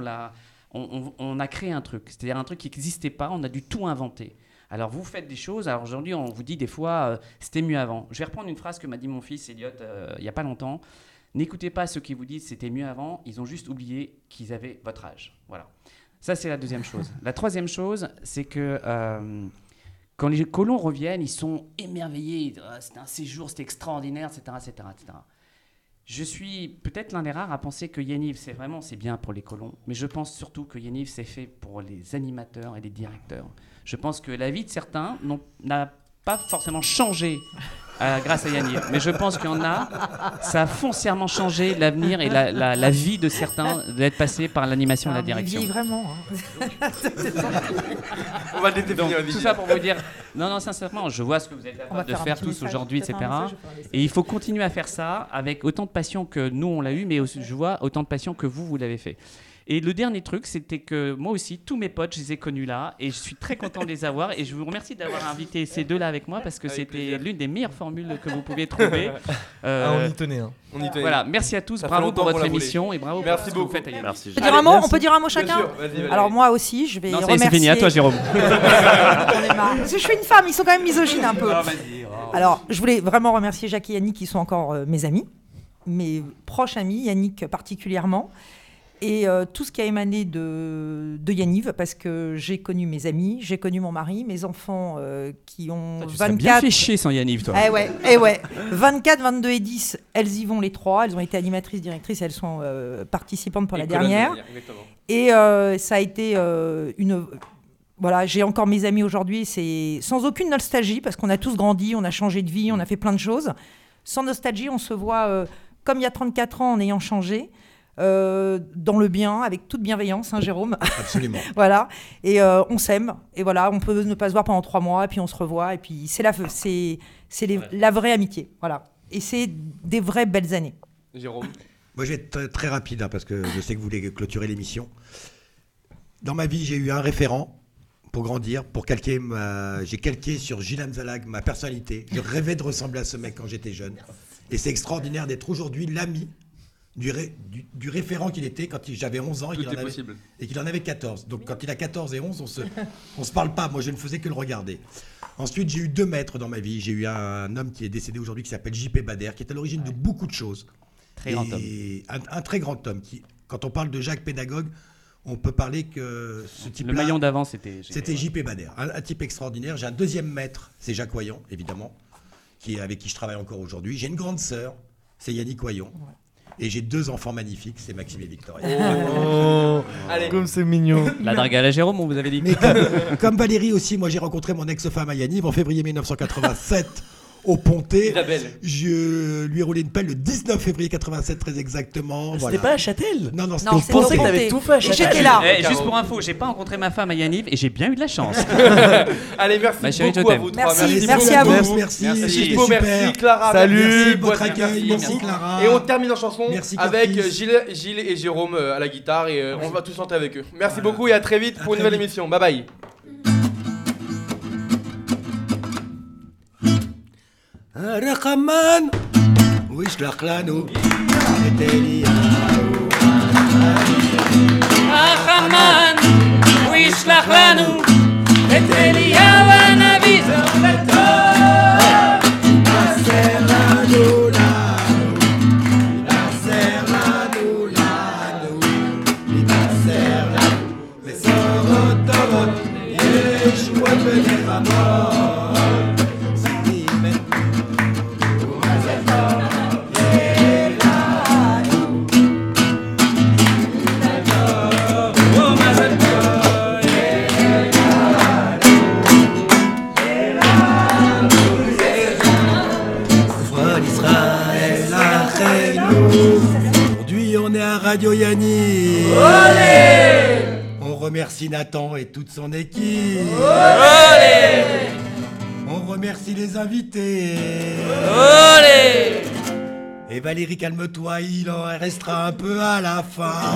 Speaker 4: on a créé un truc. C'est-à-dire un truc qui n'existait pas, on a dû tout inventer. Alors vous faites des choses, alors aujourd'hui on vous dit des fois c'était mieux avant. Je vais reprendre une phrase que m'a dit mon fils Elliot il n'y a pas longtemps. N'écoutez pas ceux qui vous disent c'était mieux avant, ils ont juste oublié qu'ils avaient votre âge. Voilà. Ça c'est la deuxième chose. La troisième chose, c'est que quand les colons reviennent, ils sont émerveillés. C'était un séjour, c'était extraordinaire, etc., etc., etc. Je suis peut-être l'un des rares à penser que Yaniv, c'est bien pour les colons, mais je pense surtout que Yaniv, c'est fait pour les animateurs et les directeurs. Je pense que la vie de certains n'a pas forcément changé grâce à Yaniv, mais je pense qu'il y en a, ça a foncièrement changé l'avenir et la vie de certains d'être passés par l'animation et la direction.
Speaker 5: Il vit vraiment.
Speaker 1: On va le définir.
Speaker 4: Tout ça pour vous dire, non, sincèrement, je vois ce que vous êtes capable de faire tous aujourd'hui, etc. Et il faut continuer à faire ça avec autant de passion que nous, on l'a eu, mais aussi, je vois autant de passion que vous l'avez fait. Et le dernier truc, c'était que moi aussi, tous mes potes, je les ai connus là, et je suis très content de les avoir. Et je vous remercie d'avoir invité ces deux-là avec moi, parce que c'était l'une des meilleures formules que vous pouvez trouver.
Speaker 2: On y tenait.
Speaker 1: On y tenait.
Speaker 4: Voilà, merci à tous,
Speaker 1: Ça fait
Speaker 4: bravo
Speaker 1: longtemps
Speaker 4: pour
Speaker 1: qu'on
Speaker 4: votre
Speaker 1: l'a voulu.
Speaker 4: émission, et bravo
Speaker 1: Merci
Speaker 4: pour ce que vous
Speaker 1: beaucoup.
Speaker 4: faites à Yannick.
Speaker 11: Merci.
Speaker 5: On peut dire un mot chacun.
Speaker 1: Bien sûr, vas-y, Valérie.
Speaker 5: Alors moi aussi, je vais
Speaker 4: Non, ça y est,
Speaker 5: remercier.
Speaker 4: c'est fini, à toi Jérôme.
Speaker 5: J'en ai marre. Parce que je suis une femme, ils sont quand même misogynes un peu.
Speaker 4: Non, vas-y.
Speaker 5: Alors, je voulais vraiment remercier Jacques et Yannick qui sont encore mes amis, mes proches amis, Yannick particulièrement. Et tout ce qui a émané de Yaniv, parce que j'ai connu mes amis, j'ai connu mon mari, mes enfants qui ont
Speaker 4: Tu
Speaker 5: 24...
Speaker 4: serais bien fait chier sans Yaniv, toi.
Speaker 5: Eh ouais. 24, 22 et 10, elles y vont les trois. Elles ont été animatrices, directrices, elles sont participantes pour la dernière. Et ça a été une... Voilà, j'ai encore mes amis aujourd'hui, c'est sans aucune nostalgie, parce qu'on a tous grandi, on a changé de vie, on a fait plein de choses. Sans nostalgie, on se voit comme il y a 34 ans en ayant changé. Dans le bien, avec toute bienveillance, hein, Jérôme.
Speaker 6: Absolument.
Speaker 5: Voilà. Et on s'aime. Et voilà, on peut ne pas se voir pendant 3 mois, et puis on se revoit. Et puis c'est la vraie amitié. Voilà. Et c'est des vraies belles années.
Speaker 1: Jérôme.
Speaker 6: Moi, je vais être très rapide, hein, parce que je sais que vous voulez clôturer l'émission. Dans ma vie, j'ai eu un référent pour grandir, pour calquer j'ai calqué sur Gilles Hamzalag ma personnalité. Je rêvais de ressembler à ce mec quand j'étais jeune. Et c'est extraordinaire d'être aujourd'hui l'ami du référent qu'il était quand j'avais 11 ans et qu'il en avait 14. Donc quand il a 14 et 11, on se parle pas. Moi, je ne faisais que le regarder. Ensuite, j'ai eu 2 maîtres dans ma vie. J'ai eu un homme qui est décédé aujourd'hui qui s'appelle J.P. Bader, qui est à l'origine de beaucoup de choses.
Speaker 4: Très grand homme.
Speaker 6: Un très grand homme. Quand on parle de Jacques pédagogue, on peut parler que ce type-là...
Speaker 4: Le maillon d'avant, c'était
Speaker 6: J.P. Bader, un type extraordinaire. J'ai un deuxième maître, c'est Jacques Oyon, évidemment, avec qui je travaille encore aujourd'hui. J'ai une grande sœur, c'est Yannick Oyon. Ouais. Et j'ai 2 enfants magnifiques, c'est Maxime et Victoria.
Speaker 2: Allez, comme c'est mignon.
Speaker 4: La drague à la Jérôme, on vous avait dit.
Speaker 6: Mais comme Valérie aussi, moi j'ai rencontré mon ex-femme à Yaniv en février 1987 au Pontet. Je lui ai roulé une pelle le 19 février 87 très exactement.
Speaker 2: C'était
Speaker 6: voilà.
Speaker 2: pas à Châtel?
Speaker 6: Non,
Speaker 5: Non,
Speaker 6: c'était
Speaker 2: je pensais que t'avais tout fait à Châtel.
Speaker 5: J'étais là.
Speaker 4: Juste pour info, j'ai pas rencontré ma femme à Yaniv et j'ai bien eu de la chance.
Speaker 1: Allez, merci beaucoup à vous trois.
Speaker 5: Merci à vous.
Speaker 6: Merci.
Speaker 1: Merci Clara.
Speaker 2: Salut.
Speaker 1: Merci
Speaker 6: votre accueil. Merci Clara.
Speaker 1: Et on termine en chanson avec
Speaker 6: Curtis.
Speaker 1: Gilles et Jérôme à la guitare et on va tous chanter avec eux. Merci beaucoup et à très vite pour une nouvelle émission. Bye bye.
Speaker 6: رقمان ويشلح لانو
Speaker 12: رقمان ويشلح لانو التالية وانا بزغلته
Speaker 6: Aujourd'hui, on est à Radio Yaniv. On remercie Nathan et toute son équipe. On remercie les invités. Et Valérie, calme-toi, il en restera un peu à la fin.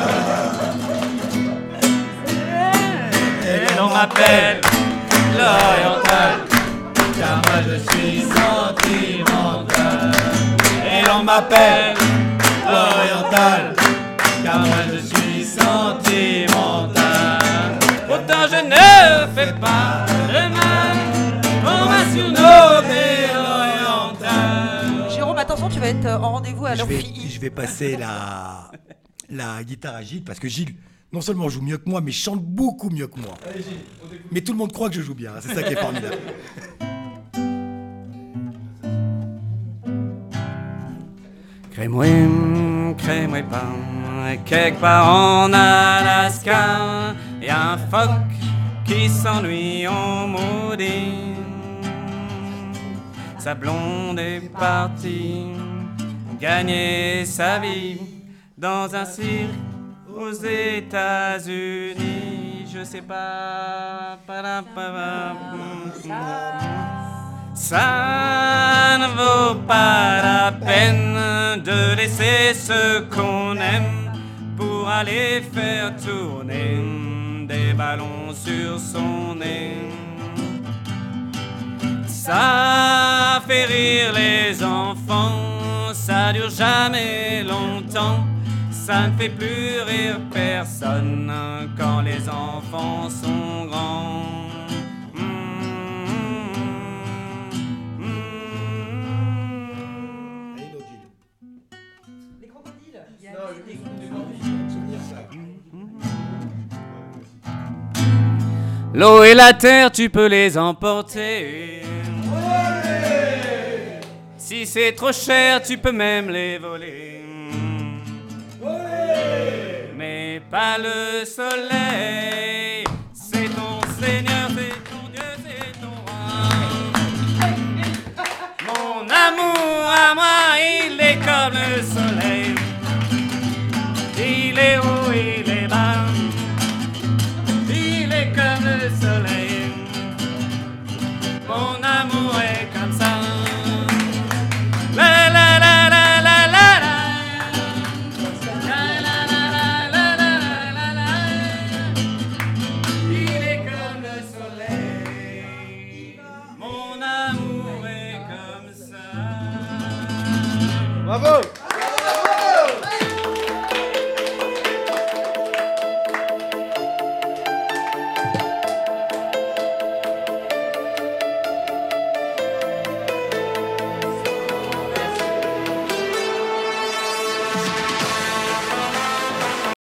Speaker 12: Et l'on m'appelle l'oriental, car moi je suis sentimental. Et l'on m'appelle l'oriental, car moi je suis sentimental. Pourtant je ne fais pas de mal, on m'a surnommé l'oriental.
Speaker 5: Jérôme, attention, tu vas être en rendez-vous à l'Amphi.
Speaker 6: Je vais passer la guitare à Gilles, parce que Gilles, non seulement joue mieux que moi, mais chante beaucoup mieux que moi.
Speaker 1: Allez, Gilles,
Speaker 6: mais tout le monde croit que je joue bien, c'est ça qui est formidable.
Speaker 12: Crée-moi pas, quelque part en Alaska, y a un phoque qui s'ennuie en maudit. Sa blonde est partie gagner sa vie dans un cirque aux États-Unis. Je sais pas. Ça ne vaut pas la peine de laisser ce qu'on aime pour aller faire tourner des ballons sur son nez. Ça fait rire les enfants, ça dure jamais longtemps. Ça ne fait plus rire personne quand les enfants sont grands. L'eau et la terre, tu peux les emporter. Si c'est trop cher, tu peux même les voler. Mais pas le soleil. C'est ton Seigneur, c'est ton Dieu, c'est ton roi. Mon amour à moi, il est comme le soleil.